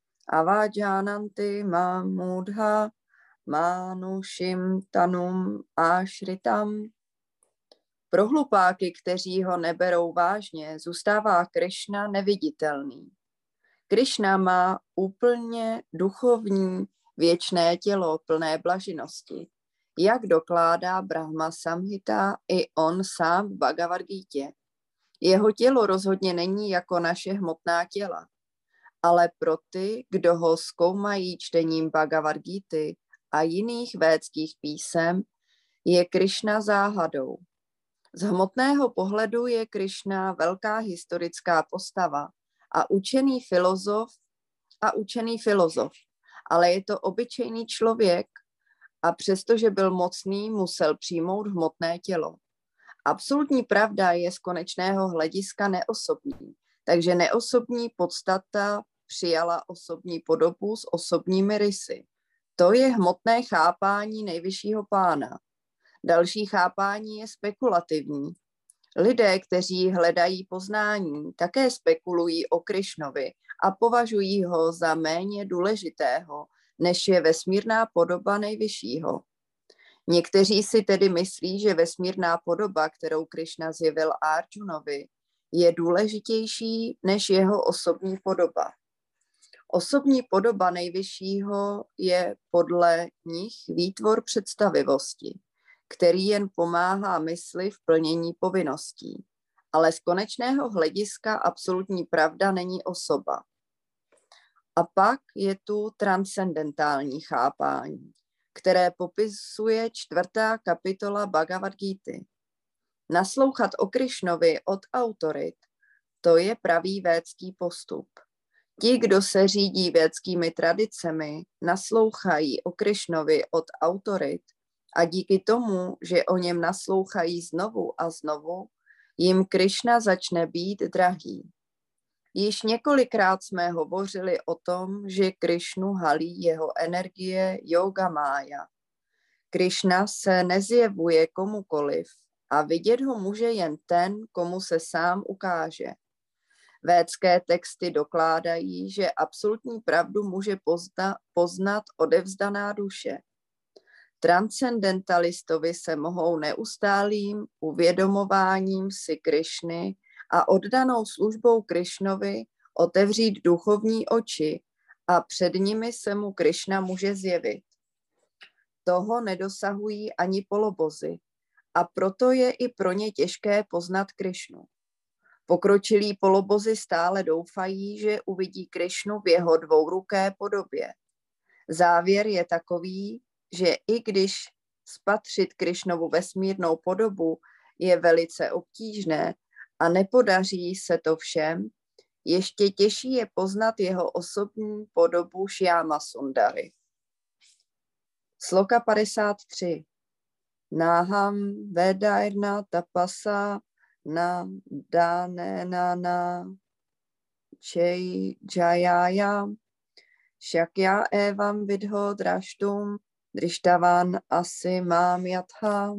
Avajjananti mamudha manushim tanum ashritam. Pro hlupáky, kteří ho neberou vážně, zůstává Krišna neviditelný. Krišna má úplně duchovní věčné tělo plné blaženosti, jak dokládá Brahma Samhita i on sám v Bhagavad Gítě. Jeho tělo rozhodně není jako naše hmotná těla, ale pro ty, kdo ho zkoumají čtením Bhagavad Gíty a jiných védských písem, je Krišna záhadou. Z hmotného pohledu je Krišna velká historická postava a učený filozof a učený filozof, ale je to obyčejný člověk a přestože byl mocný, musel přijmout hmotné tělo. Absolutní pravda je z konečného hlediska neosobní, takže neosobní podstata přijala osobní podobu s osobními rysy. To je hmotné chápání nejvyššího pána. Další chápání je spekulativní. Lidé, kteří hledají poznání, také spekulují o Krišnovi a považují ho za méně důležitého, než je vesmírná podoba nejvyššího. Někteří si tedy myslí, že vesmírná podoba, kterou Krišna zjevil Arjunovi, je důležitější než jeho osobní podoba. Osobní podoba nejvyššího je podle nich výtvor představivosti, který jen pomáhá mysli v plnění povinností. Ale z konečného hlediska absolutní pravda není osoba. A pak je tu transcendentální chápání, které popisuje čtvrtá kapitola Bhagavad Gity. Naslouchat o Krišnovi od autorit, to je pravý védský postup. Ti, kdo se řídí védskými tradicemi, naslouchají o Krišnovi od autorit a díky tomu, že o něm naslouchají znovu a znovu, jim Krišna začne být drahý. Již několikrát jsme hovořili o tom, že Krišnu halí jeho energie Yoga Mája. Krišna se nezjevuje komukoliv a vidět ho může jen ten, komu se sám ukáže. Védské texty dokládají, že absolutní pravdu může pozna, poznat odevzdaná duše. Transcendentalistovi se mohou neustálým uvědomováním si Krišny a oddanou službou Krišnovi otevřít duchovní oči a před nimi se mu Krišna může zjevit. Toho nedosahují ani polobozy a proto je i pro ně těžké poznat Krišnu. Pokročilí polobozy stále doufají, že uvidí Krišnu v jeho dvouruké podobě. Závěr je takový, že i když spatřit Krišnovu vesmírnou podobu je velice obtížné a nepodaří se to všem, ještě těžší je poznat jeho osobní podobu Šjáma Sundary. Sloka padesát tři. Náham vedairna tapasa na danena na čej jayaya šakya evam vidho drashtum drishtavan asi mám yatha.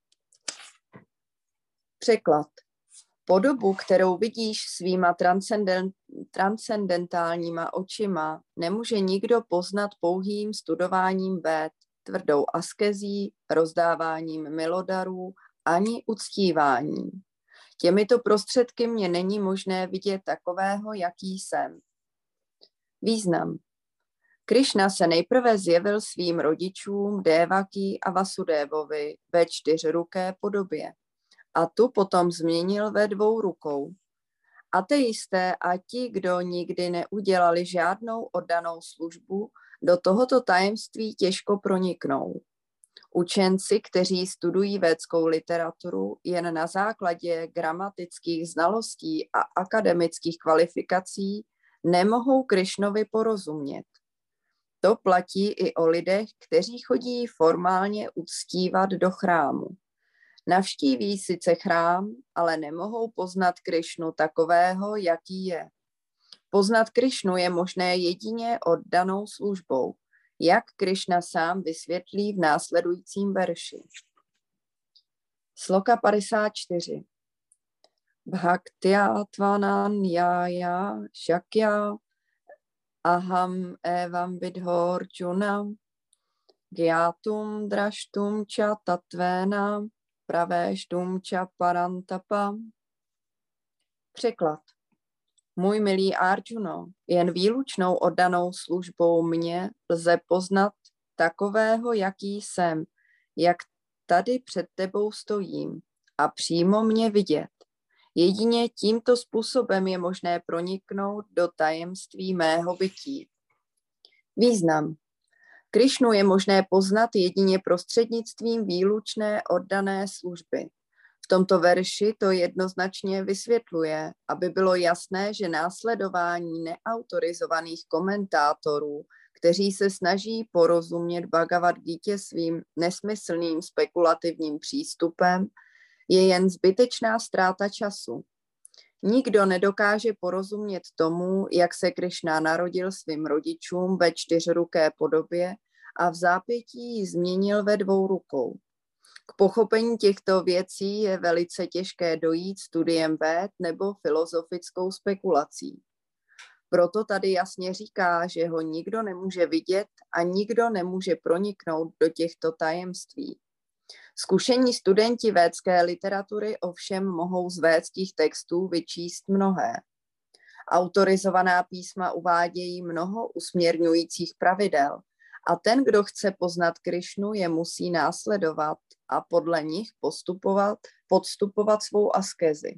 Překlad. Podobu, kterou vidíš svýma transcendent, transcendentálníma očima, nemůže nikdo poznat pouhým studováním véd, tvrdou askezí, rozdáváním milodarů ani uctíváním. Těmito prostředky mě není možné vidět takového, jaký jsem. Význam. Krišna se nejprve zjevil svým rodičům Devaki a Vasudévovi ve čtyřruké podobě a tu potom změnil ve dvou rukou. Ateisté a ti, kdo nikdy neudělali žádnou oddanou službu, do tohoto tajemství těžko proniknou. Učenci, kteří studují védskou literaturu jen na základě gramatických znalostí a akademických kvalifikací, nemohou Krišnovi porozumět. To platí i o lidech, kteří chodí formálně uctívat do chrámu. Navštíví sice chrám, ale nemohou poznat Krišnu takového, jaký je. Poznat Krišnu je možné jedině oddanou službou, jak Krišna sám vysvětlí v následujícím verši. Sloka padesát čtyři. Bhaktya tvananyaya shakya aham evam vidhorjuna gyatum drashtum cha tatvena praveštum cha parantapa. Překlad. Můj milý Arjuno, jen výlučnou oddanou službou mě lze poznat takového, jaký jsem, jak tady před tebou stojím a přímo mě vidět. Jedině tímto způsobem je možné proniknout do tajemství mého bytí. Význam. Krišnu je možné poznat jedině prostřednictvím výlučné oddané služby. V tomto verši to jednoznačně vysvětluje, aby bylo jasné, že následování neautorizovaných komentátorů, kteří se snaží porozumět Bhagavad Gítě svým nesmyslným spekulativním přístupem, je jen zbytečná ztráta času. Nikdo nedokáže porozumět tomu, jak se Krišna narodil svým rodičům ve čtyřruké podobě a v zápětí ji změnil ve dvou rukou. K pochopení těchto věcí je velice těžké dojít studiem véd nebo filozofickou spekulací. Proto tady jasně říká, že ho nikdo nemůže vidět a nikdo nemůže proniknout do těchto tajemství. Zkušení studenti védské literatury ovšem mohou z védských textů vyčíst mnohé. Autorizovaná písma uvádějí mnoho usměrňujících pravidel a ten, kdo chce poznat Krišnu, je musí následovat a podle nich postupovat, podstupovat svou askezi.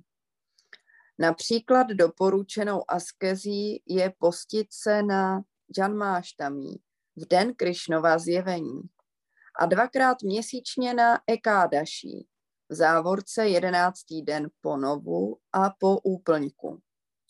Například doporučenou askezí je postit se na Janmáštami, v den Krišnova zjevení, a dvakrát měsíčně na Ekádaší, v závorce jedenáctý den po novu a po úplňku.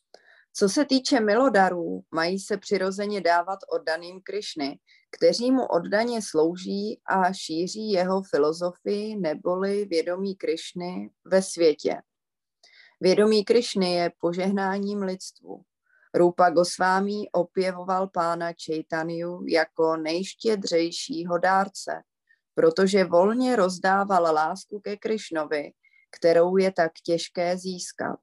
Co se týče milodarů, mají se přirozeně dávat oddaným Krišny, kteří mu oddaně slouží a šíří jeho filozofii neboli vědomí Krišny ve světě. Vědomí Krišny je požehnáním lidstvu. Rupa Gosvámí opěvoval pána Čejtanju jako nejštědřejšího dárce, protože volně rozdával lásku ke Krišnovi, kterou je tak těžké získat.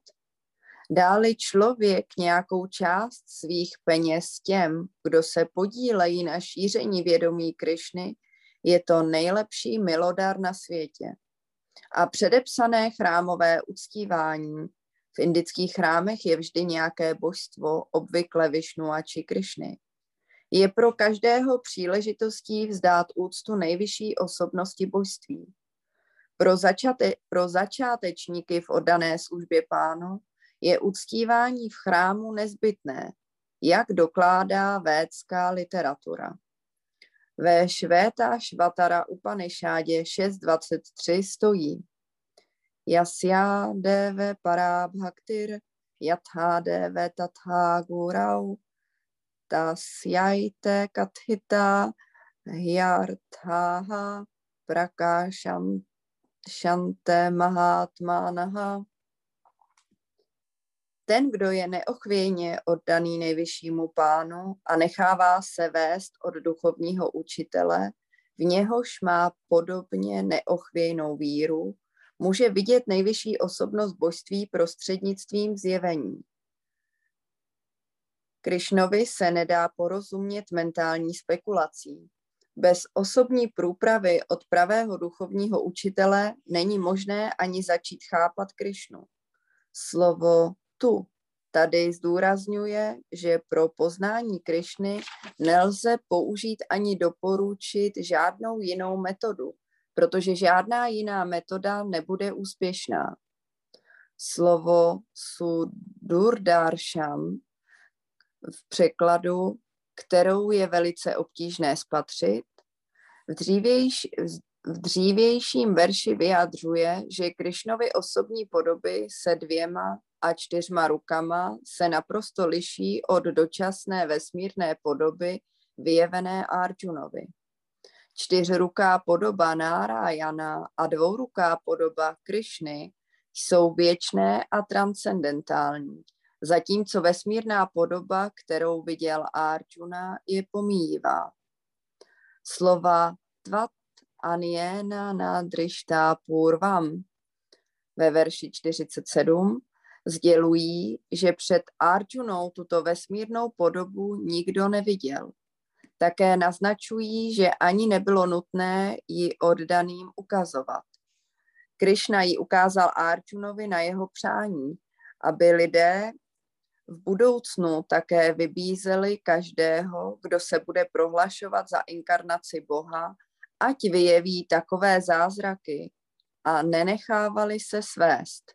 Dá-li člověk nějakou část svých peněz těm, kdo se podílejí na šíření vědomí Krišny, je to nejlepší milodar na světě. A předepsané chrámové uctívání. V indických chrámech je vždy nějaké božstvo, obvykle Višnua či Krišny. Je pro každého příležitostí vzdát úctu nejvyšší osobnosti božství. Pro, začate, pro začátečníky v oddané službě pánu je uctívání v chrámu nezbytné, jak dokládá védská literatura. Ve Švéta Švatara Upanishádě šest dvacet tři stojí Jasya deve parabhaktir yatha deve tatha gurau tasyajte kathita hyarthaha prakashante mahatmanaha. Ten, kdo je neochvějně oddaný nejvyššímu pánu a nechává se vést od duchovního učitele, v něhož má podobně neochvějnou víru, může vidět nejvyšší osobnost božství prostřednictvím zjevení. Krišnovi se nedá porozumět mentální spekulací. Bez osobní průpravy od pravého duchovního učitele není možné ani začít chápat Krišnu. Slovo tu tady zdůrazňuje, že pro poznání Krišny nelze použít ani doporučit žádnou jinou metodu, protože žádná jiná metoda nebude úspěšná. Slovo sudurdarsham v překladu, kterou je velice obtížné spatřit, v, dřívějš, v dřívějším verši vyjadřuje, že Krišnovy osobní podoby se dvěma a čtyřma rukama se naprosto liší od dočasné vesmírné podoby vyjevené Arjunovi. Čtyřruká podoba Nárajana a dvouruká podoba Krišny jsou věčné a transcendentální, zatímco vesmírná podoba, kterou viděl Arjuna, je pomíjivá. Slova tvat anyena nadrištá purvam ve verši čtyřicet sedm sdělují, že před Arjunou tuto vesmírnou podobu nikdo neviděl. Také naznačují, že ani nebylo nutné ji oddaným ukazovat. Krišna ji ukázal Arjunovi na jeho přání, aby lidé v budoucnu také vybízeli každého, kdo se bude prohlašovat za inkarnaci Boha, ať vyjeví takové zázraky a nenechávali se svést.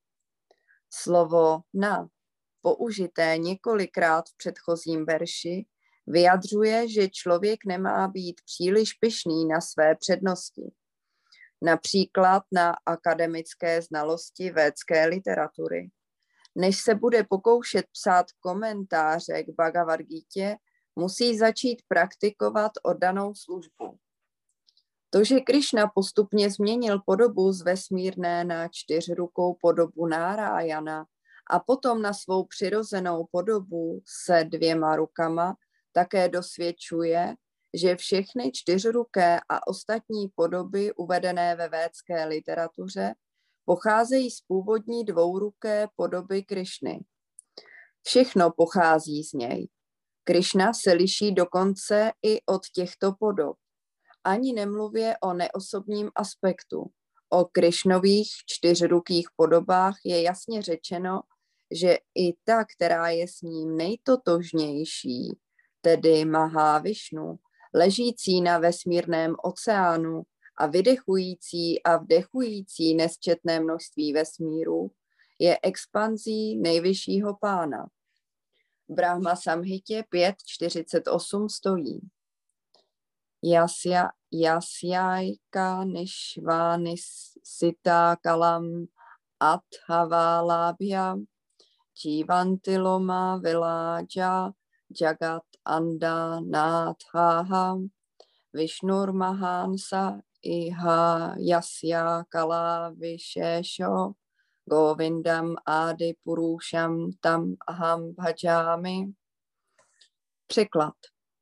Slovo na, použité několikrát v předchozím verši, vyjadřuje, že člověk nemá být příliš pyšný na své přednosti. Například na akademické znalosti védské literatury. Než se bude pokoušet psát komentáře k Bhagavad Gítě, musí začít praktikovat oddanou službu. To, že Krišna postupně změnil podobu z vesmírné na čtyřrukou podobu Nárajana a potom na svou přirozenou podobu se dvěma rukama, také dosvědčuje, že všechny čtyřruké a ostatní podoby uvedené ve védské literatuře pocházejí z původní dvouruké podoby Krišny. Všechno pochází z něj. Krišna se liší dokonce i od těchto podob. Ani nemluvě o neosobním aspektu. O Krišnových čtyřrukých podobách je jasně řečeno, že i ta, která je s ním nejtotožnější, tedy Mahavišnu, ležící na vesmírném oceánu a vydechující a vdechující nesčetné množství vesmíru, je expanzí nejvyššího pána. V Brahma Samhitě pět čtyřicet osm stojí. Jasya yasyajka nishvanisita kalam athavalabhya jivantiloma vilaja jagat anda nathaha Vishnur mahansa iha yasya kala vishesho govindam adi purusham tam aham bhajami. Překlad.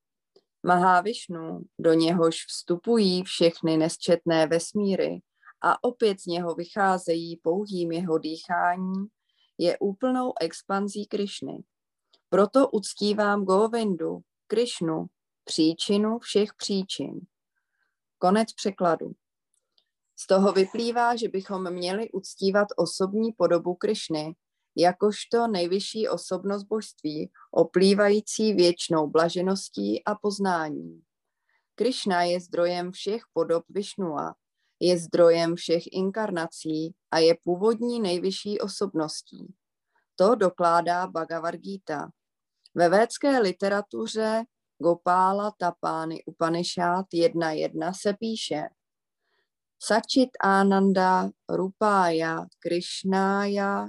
Mahavišnu, do něhož vstupují všechny nesčetné vesmíry a opět z něho vycházejí pouhým jeho dýchání, je úplnou expanzí Krišny. Proto uctívám Govindu, Krišnu, příčinu všech příčin. Konec překladu. Z toho vyplývá, že bychom měli uctívat osobní podobu Krišny, jakožto nejvyšší osobnost božství, oplývající věčnou blažeností a poznáním. Krišna je zdrojem všech podob Višnua, je zdrojem všech inkarnací a je původní nejvyšší osobností. To dokládá Bhagavad Gita. Ve védské literatuře Gopála Tapány Upanishad jedna jedna se píše Sačit Ananda Rupája Krishnája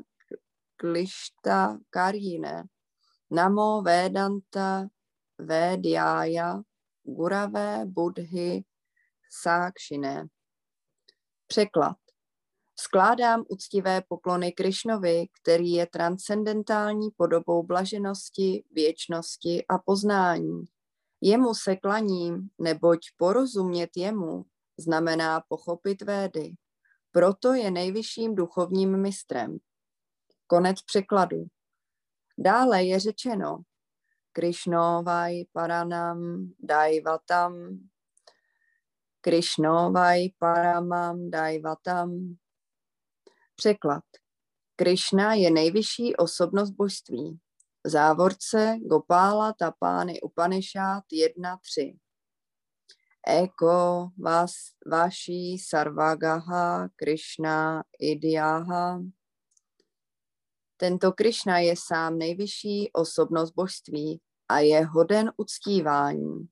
Klišta Karine Namo Vedanta Védjája Gurave Buddhi Sákšiné. Překlad. Skládám uctivé poklony Krišnovi, který je transcendentální podobou blaženosti, věčnosti a poznání. Jemu se klaním, neboť porozumět jemu znamená pochopit Védy. Proto je nejvyšším duchovním mistrem. Konec překladu. Dále je řečeno Krišnovaj paranam daivatam Krišnovaj paramam daivatam. Překlad. Krišna je nejvyšší osobnost božství. V závorce Gopála Tapány Upanishad jedna tři. Eko vas vaši sarvagaha Krišna idyaha. Tento Krišna je sám nejvyšší osobnost božství a je hoden uctívání.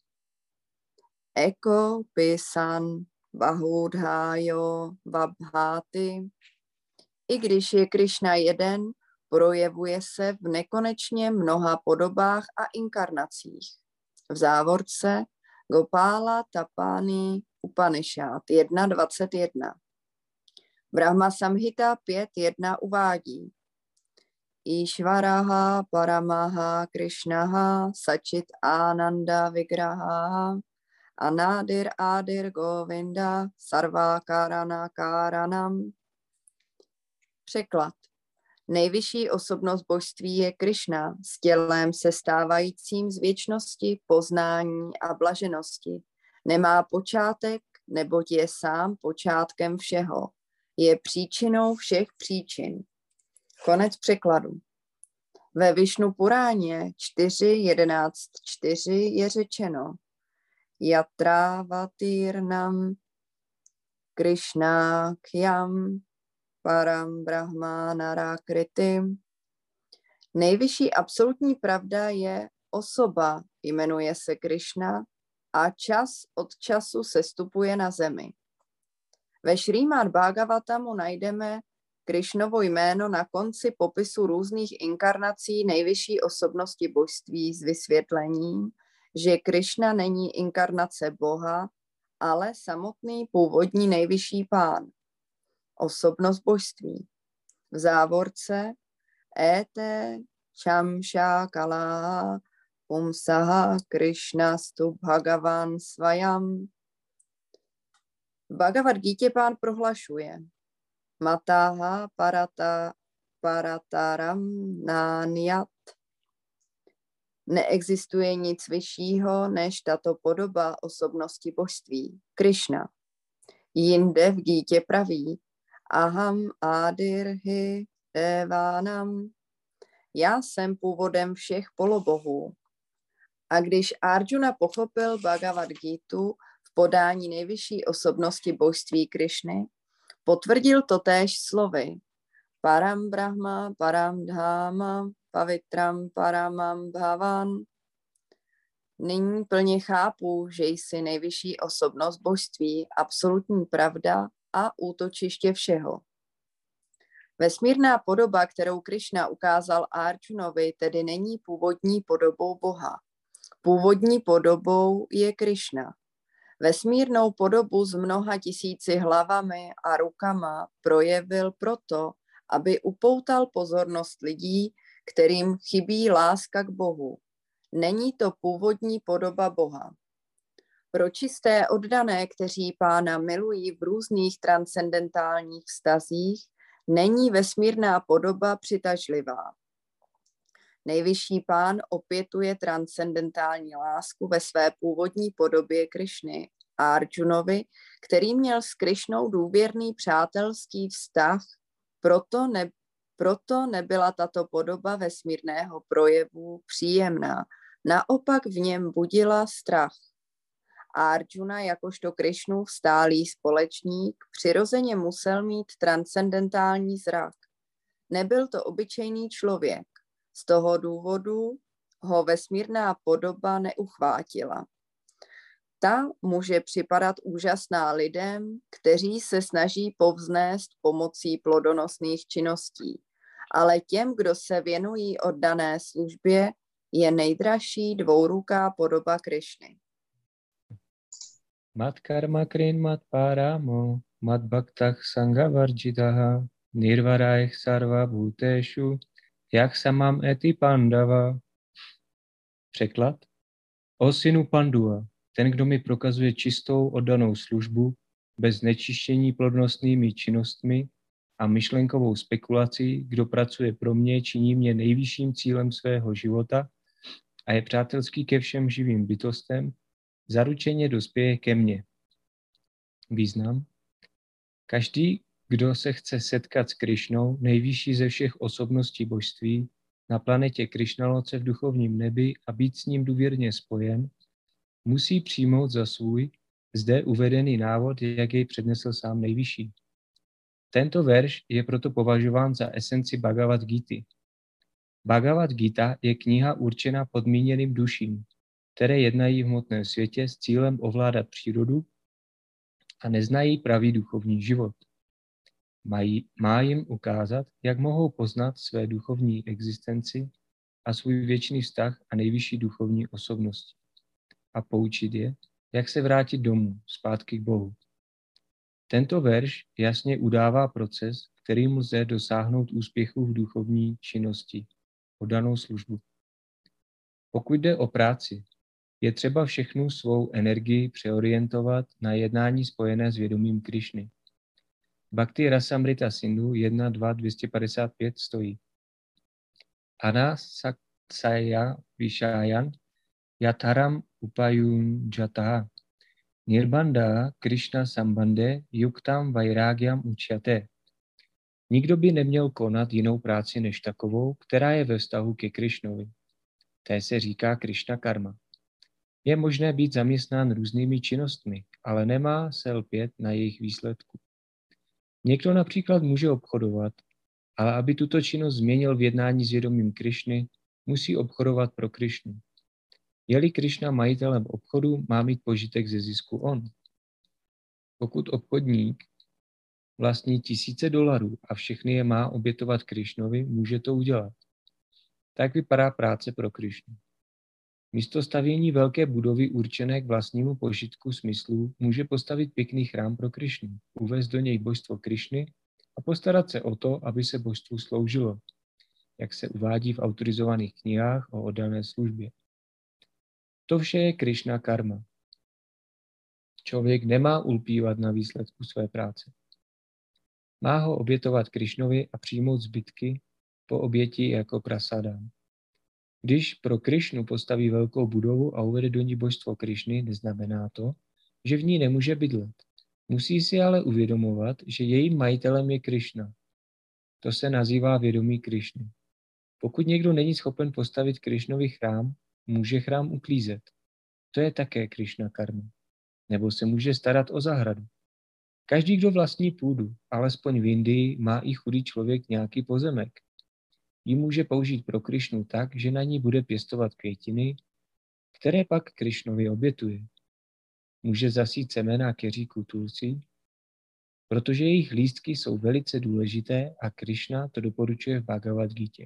Eko pisan bahudhajo vabháty. I když je Krišna jeden, projevuje se v nekonečně mnoha podobách a inkarnacích. v závorce Gopala Tapani Upanishad jedna dvacet jedna. Brahma Samhita pět jedna uvádí: Išvaraha Paramaha Krishnaha Sačit Ananda Vigraha Anadir Adir Govinda Sarvakarana Karanam. Překlad. Nejvyšší osobnost božství je Krišna s tělem sestávajícím z věčnosti, poznání a blaženosti. Nemá počátek, neboť je sám počátkem všeho. Je příčinou všech příčin. Konec překladu. Ve Višnu Puráně čtyři jedenáct čtyři je řečeno: Yatravatírnam Krishnákyam Param Brahma Narakritim. Nejvyšší absolutní pravda je osoba, jmenuje se Krišna a čas od času sestupuje na zemi. Ve Šrímad Bhagavatamu najdeme Krišnovo jméno na konci popisu různých inkarnací nejvyšší osobnosti božství s vysvětlením, že Krišna není inkarnace Boha, ale samotný původní nejvyšší pán. Osobnost božství. V závorce Ete Chamša Kala Pumsaha Krishnastu Bhagavan Svayam. V Bhagavad Gítě pán prohlašuje: Mataha parata parataram nániat. Neexistuje nic vyššího než tato podoba osobnosti božství, Krišna. Jinde v Gítě praví: Aham adirhi devánam. Já jsem původem všech polobohů. A když Arjuna pochopil Bhagavad Gítu v podání nejvyšší osobnosti božství Krišny, potvrdil totéž slovy: Param Brahma, Param Dhama, Pavitram Paramam Bhavan. Nyní plně chápu, že jsi nejvyšší osobnost božství, absolutní pravda a útočiště všeho. Vesmírná podoba, kterou Krišna ukázal Arjunovi, tedy není původní podobou Boha. Původní podobou je Krišna. Vesmírnou podobu s mnoha tisíci hlavami a rukama projevil proto, aby upoutal pozornost lidí, kterým chybí láska k Bohu. Není to původní podoba Boha. Pro čisté oddané, kteří pána milují v různých transcendentálních vztazích, není vesmírná podoba přitažlivá. Nejvyšší pán opětuje transcendentální lásku ve své původní podobě Krišny a Arjunovi, který měl s Krišnou důvěrný přátelský vztah, proto, ne, proto nebyla tato podoba vesmírného projevu příjemná, naopak v něm budila strach. Arjuna jakožto Krišnův stálý společník přirozeně musel mít transcendentální zrak. Nebyl to obyčejný člověk. Z toho důvodu ho vesmírná podoba neuchvátila. Ta může připadat úžasná lidem, kteří se snaží povznést pomocí plodonosných činností, ale těm, kdo se věnují oddané službě, je nejdražší dvouruká podoba Krišny. Mat karma krin mat paramo, mat bhaktah sangavarjitaha, nirvaraih sarva bhuteshu, jak samam eti pandava. Překlad. O synu Pandua, ten, kdo mi prokazuje čistou oddanou službu, bez nečištění plodnostnými činnostmi a myšlenkovou spekulací, kdo pracuje pro mě, činí mě nejvyšším cílem svého života a je přátelský ke všem živým bytostem, zaručeně dospěje ke mně. Význam. Každý, kdo se chce setkat s Krišnou, nejvyšší ze všech osobností božství, na planetě Krišnaloce v duchovním nebi a být s ním důvěrně spojen, musí přijmout za svůj zde uvedený návod, jak jej přednesl sám nejvyšší. Tento verš je proto považován za esenci Bhagavad Gity. Bhagavad Gita je kniha určená podmíněným duším, které jednají v hmotném světě s cílem ovládat přírodu a neznají pravý duchovní život. Mají, má jim ukázat, jak mohou poznat své duchovní existenci a svůj věčný vztah a nejvyšší duchovní osobnosti. a poučit je, jak se vrátit domů, zpátky k Bohu. Tento verš jasně udává proces, kterým lze dosáhnout úspěchu v duchovní činnosti, oddanou službu. Pokud jde o práci, je třeba všechnu svou energii přeorientovat na jednání spojené s vědomím Krišny. Bhakti Rasamrita Sindhu jedna dva dvě padesát pět stojí. Anasaksaya Vishayan Yatharam Upayunjataha Nirbanda Krishna Sambande Yuktam Vairagyam Uchyate. Nikdo by neměl konat jinou práci než takovou, která je ve vztahu ke Krišnovi. Té se říká Krishna karma. Je možné být zaměstnán různými činnostmi, ale nemá se lpět na jejich výsledku. Někdo například může obchodovat, ale aby tuto činnost změnil v jednání s vědomím Krišny, musí obchodovat pro Krišnu. Je-li Krišna majitelem obchodu, má mít požitek ze zisku on. Pokud obchodník vlastní tisíce dolarů a všechny je má obětovat Krišnovi, může to udělat. Tak vypadá práce pro Krišnu. Místo stavění velké budovy určené k vlastnímu požitku smyslů může postavit pěkný chrám pro Krišnu, uvést do něj božstvo Krišny a postarat se o to, aby se božstvu sloužilo, jak se uvádí v autorizovaných knihách o oddané službě. To vše je Krišna karma. Člověk nemá ulpívat na výsledku své práce. Má ho obětovat Krišnovi a přijmout zbytky po oběti jako prasadám. Když pro Krišnu postaví velkou budovu a uvede do ní božstvo Krišny, neznamená to, že v ní nemůže bydlet. Musí si ale uvědomovat, že jejím majitelem je Krišna. To se nazývá vědomí Krišny. Pokud někdo není schopen postavit Krišnovi chrám, může chrám uklízet. To je také Krišna karma. Nebo se může starat o zahradu. Každý, kdo vlastní půdu, alespoň v Indii, má i chudý člověk nějaký pozemek. Ji může použít pro Krišnu tak, že na ní bude pěstovat květiny, které pak Krišnovi obětuje. Může zasít semena keříku tulsi, protože jejich lístky jsou velice důležité a Krišna to doporučuje v Bhagavad Gítě.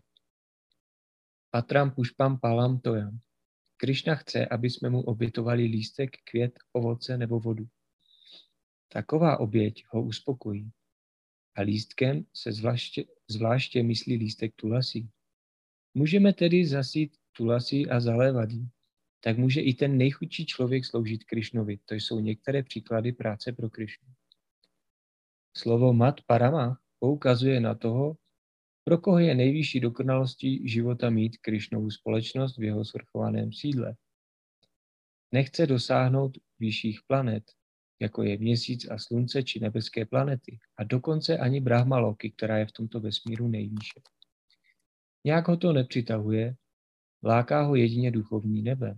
Patram pušpam palam tojam. Krišna chce, aby jsme mu obětovali lístek, květ, ovoce nebo vodu. Taková oběť ho uspokojí. A lístkem se zvláště, zvláště myslí lístek tulasi. Můžeme tedy zasít tulasi a zalévat ji. Tak může i ten nejchudší člověk sloužit Krišnovi. To jsou některé příklady práce pro Krišnu. Slovo mat parama poukazuje na toho, pro koho je nejvyšší dokonalostí života mít Krišnovu společnost v jeho svrchovaném sídle. Nechce dosáhnout vyšších planet, jako je měsíc a slunce či nebeské planety, a dokonce ani Brahmaloky, která je v tomto vesmíru nejvýše. Nějak ho to nepřitahuje, láká ho jedině duchovní nebe.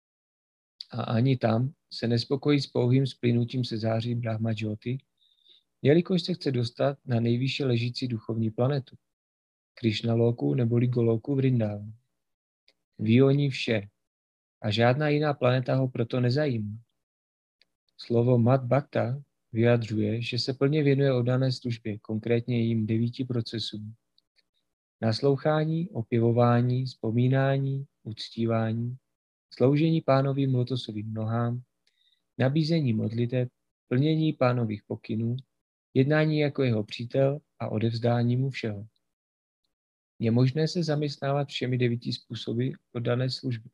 A ani tam se nespokojí s pouhým splynutím se září Brahma Jyoti, jelikož se chce dostat na nejvýše ležící duchovní planetu, Krišna Loku neboli Goloku Vrindávanu. Ví o ní vše a žádná jiná planeta ho proto nezajímá. Slovo Mat Bhakta vyjadřuje, že se plně věnuje oddané službě, konkrétně jejím devíti procesům. Naslouchání, opěvování, vzpomínání, uctívání, sloužení pánovým lotosovým nohám, nabízení modliteb, plnění pánových pokynů, jednání jako jeho přítel a odevzdání mu všeho. Je možné se zaměstnávat všemi devíti způsoby oddané služby.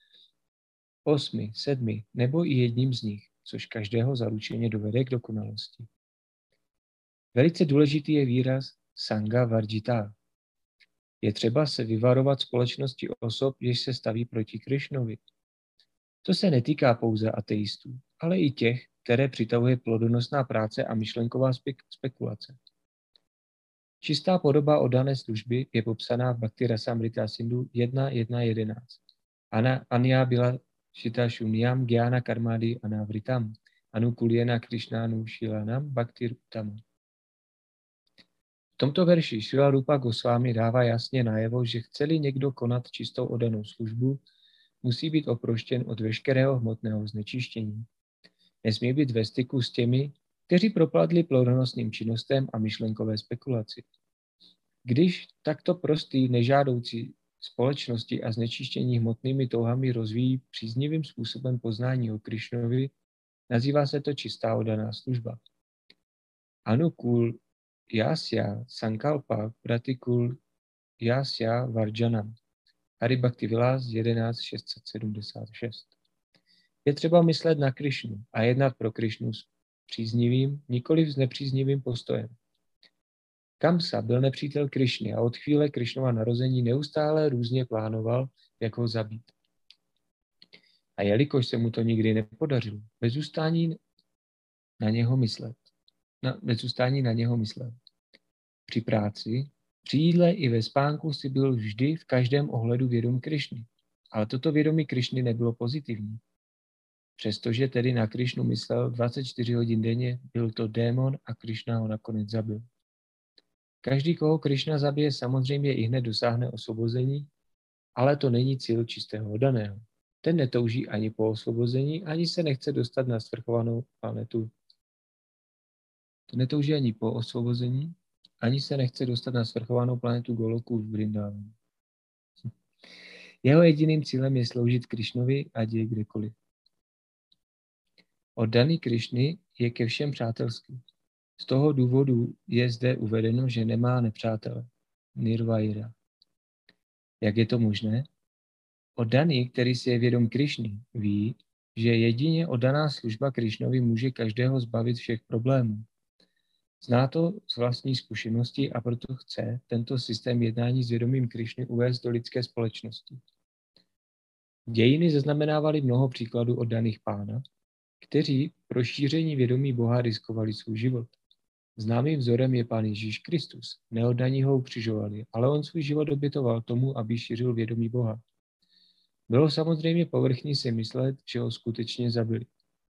Osmi, sedmi nebo i jedním z nich, což každého zaručeně dovede k dokonalosti. Velice důležitý je výraz sanga varjita. Je třeba se vyvarovat společnosti osob, jež se staví proti Krišnovi. To se netýká pouze ateistů, ale i těch, které přitahuje plodonosná práce a myšlenková spek- spekulace. Čistá podoba oddané služby je popsaná v Bhakti Rasamrita Sindhu jedna jedna jedenáct. Ana anya byla šita šunyam gyana karmády anavritam anukuljena Krishnánu šilanam bhaktir utama. V tomto verši Šrila Rupa Gosvámi dává jasně najevo, že chce-li někdo konat čistou oddanou službu, musí být oproštěn od veškerého hmotného znečištění. Nesmí být ve styku s těmi, kteří propadli plodonosným činnostem a myšlenkové spekulaci. Když takto prostý, nežádoucí společnosti a znečištění hmotnými touhami rozvíjí příznivým způsobem poznání o Krišnovi, nazývá se to čistá oddaná služba. Anukul Yasya Sankalpa Pratikul Yasya Varjanam. Hari Bhakti Vilas jedenáct šest set sedmdesát šest. Je třeba myslet na Krišnu a jednat pro Krišnu s příznivým, nikoliv s nepříznivým postojem. Kamsa byl nepřítel Krišny a od chvíle Krišnova narození neustále různě plánoval, jak ho zabít. A jelikož se mu to nikdy nepodařilo, bez ustání na něho myslet. Na, bez ustání na něho myslet. Při práci, při jídle i ve spánku si byl vždy v každém ohledu vědom Krišny. Ale toto vědomí Krišny nebylo pozitivní. Přestože tedy na Krišnu myslel dvacet čtyři hodin denně, byl to démon a Krišna ho nakonec zabil. Každý, koho Krišna zabije, samozřejmě i hned dosáhne osvobození, ale to není cíl čistého oddaného. Ten netouží ani po osvobození, ani se nechce dostat na svrchovanou planetu. Ten netouží ani po osvobození, ani se nechce dostat na svrchovanou planetu Goloku v Vrindavanu. Jeho jediným cílem je sloužit Krišnovi, ať je kdekoliv. Oddaný Krišny je ke všem přátelský. Z toho důvodu je zde uvedeno, že nemá nepřátele. Nirvaira. Jak je to možné? Oddaný, který si je vědom Krišny, ví, že jedině oddaná služba Krišnovi může každého zbavit všech problémů. Zná to z vlastní zkušenosti a proto chce tento systém jednání s vědomím Krišny uvést do lidské společnosti. Dějiny zaznamenávaly mnoho příkladů oddaných pána, kteří pro šíření vědomí Boha riskovali svůj život. Známým vzorem je Pán Ježíš Kristus. Neoddaní ho ukřižovali, ale on svůj život obětoval tomu, aby šířil vědomí Boha. Bylo samozřejmě povrchní si myslet, že ho skutečně zabili.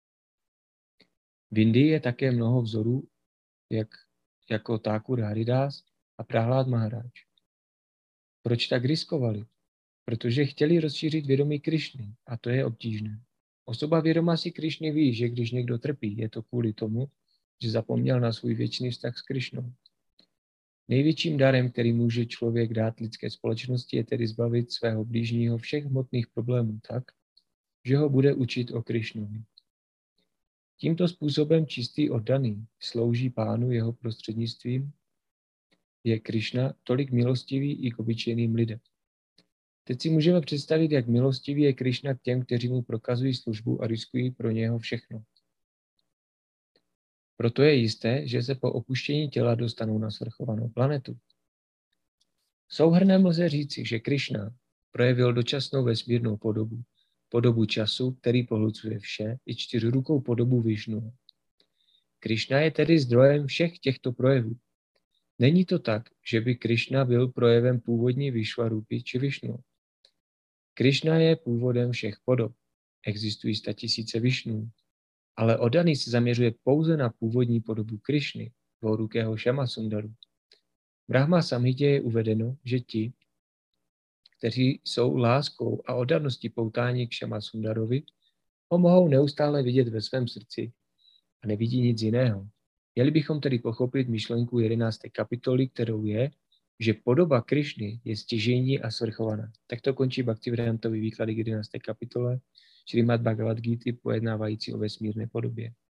V Indii je také mnoho vzorů, jak, jako Thakur Haridas a Prahlad Maharaj. Proč tak riskovali? Protože chtěli rozšířit vědomí Krišny a to je obtížné. Osoba vědomá si Krišny ví, že když někdo trpí, je to kvůli tomu, že zapomněl na svůj věčný vztah s Krišnou. Největším darem, který může člověk dát lidské společnosti, je tedy zbavit svého blížního všech hmotných problémů tak, že ho bude učit o Krišnovi. Tímto způsobem čistý oddaný slouží Pánu jeho prostřednictvím, je Krišna tolik milostivý i k obyčejným lidem. Teď si můžeme představit, jak milostivý je Krišna k těm, kteří mu prokazují službu a riskují pro něho všechno. Proto je jisté, že se po opuštění těla dostanou na svrchovanou planetu. Souhrnem lze říci, že Krišna projevil dočasnou vesmírnou podobu, podobu času, který pohlcuje vše, i čtyřrukou podobu Višnu. Krišna je tedy zdrojem všech těchto projevů. Není to tak, že by Krišna byl projevem původní Višvarupy či Višnu. Krišna je původem všech podob. Existují statisíce Višnů, ale oddaný se zaměřuje pouze na původní podobu Krišny, dvourukého Šamasundaru. V Brahma Samhitě je uvedeno, že ti, kteří jsou láskou a oddaností poutáni k Šamasundarovi, ho mohou neustále vidět ve svém srdci a nevidí nic jiného. Měli bychom tedy pochopit myšlenku jedenácté kapitoly, kterou je, že podoba Krišny je stěžejní a svrchovaná. Tak to končí Bhaktivedantový výklady k jedenácté kapitole, Šrimad Bhagavad Gita pojednávající o vesmírné podobě.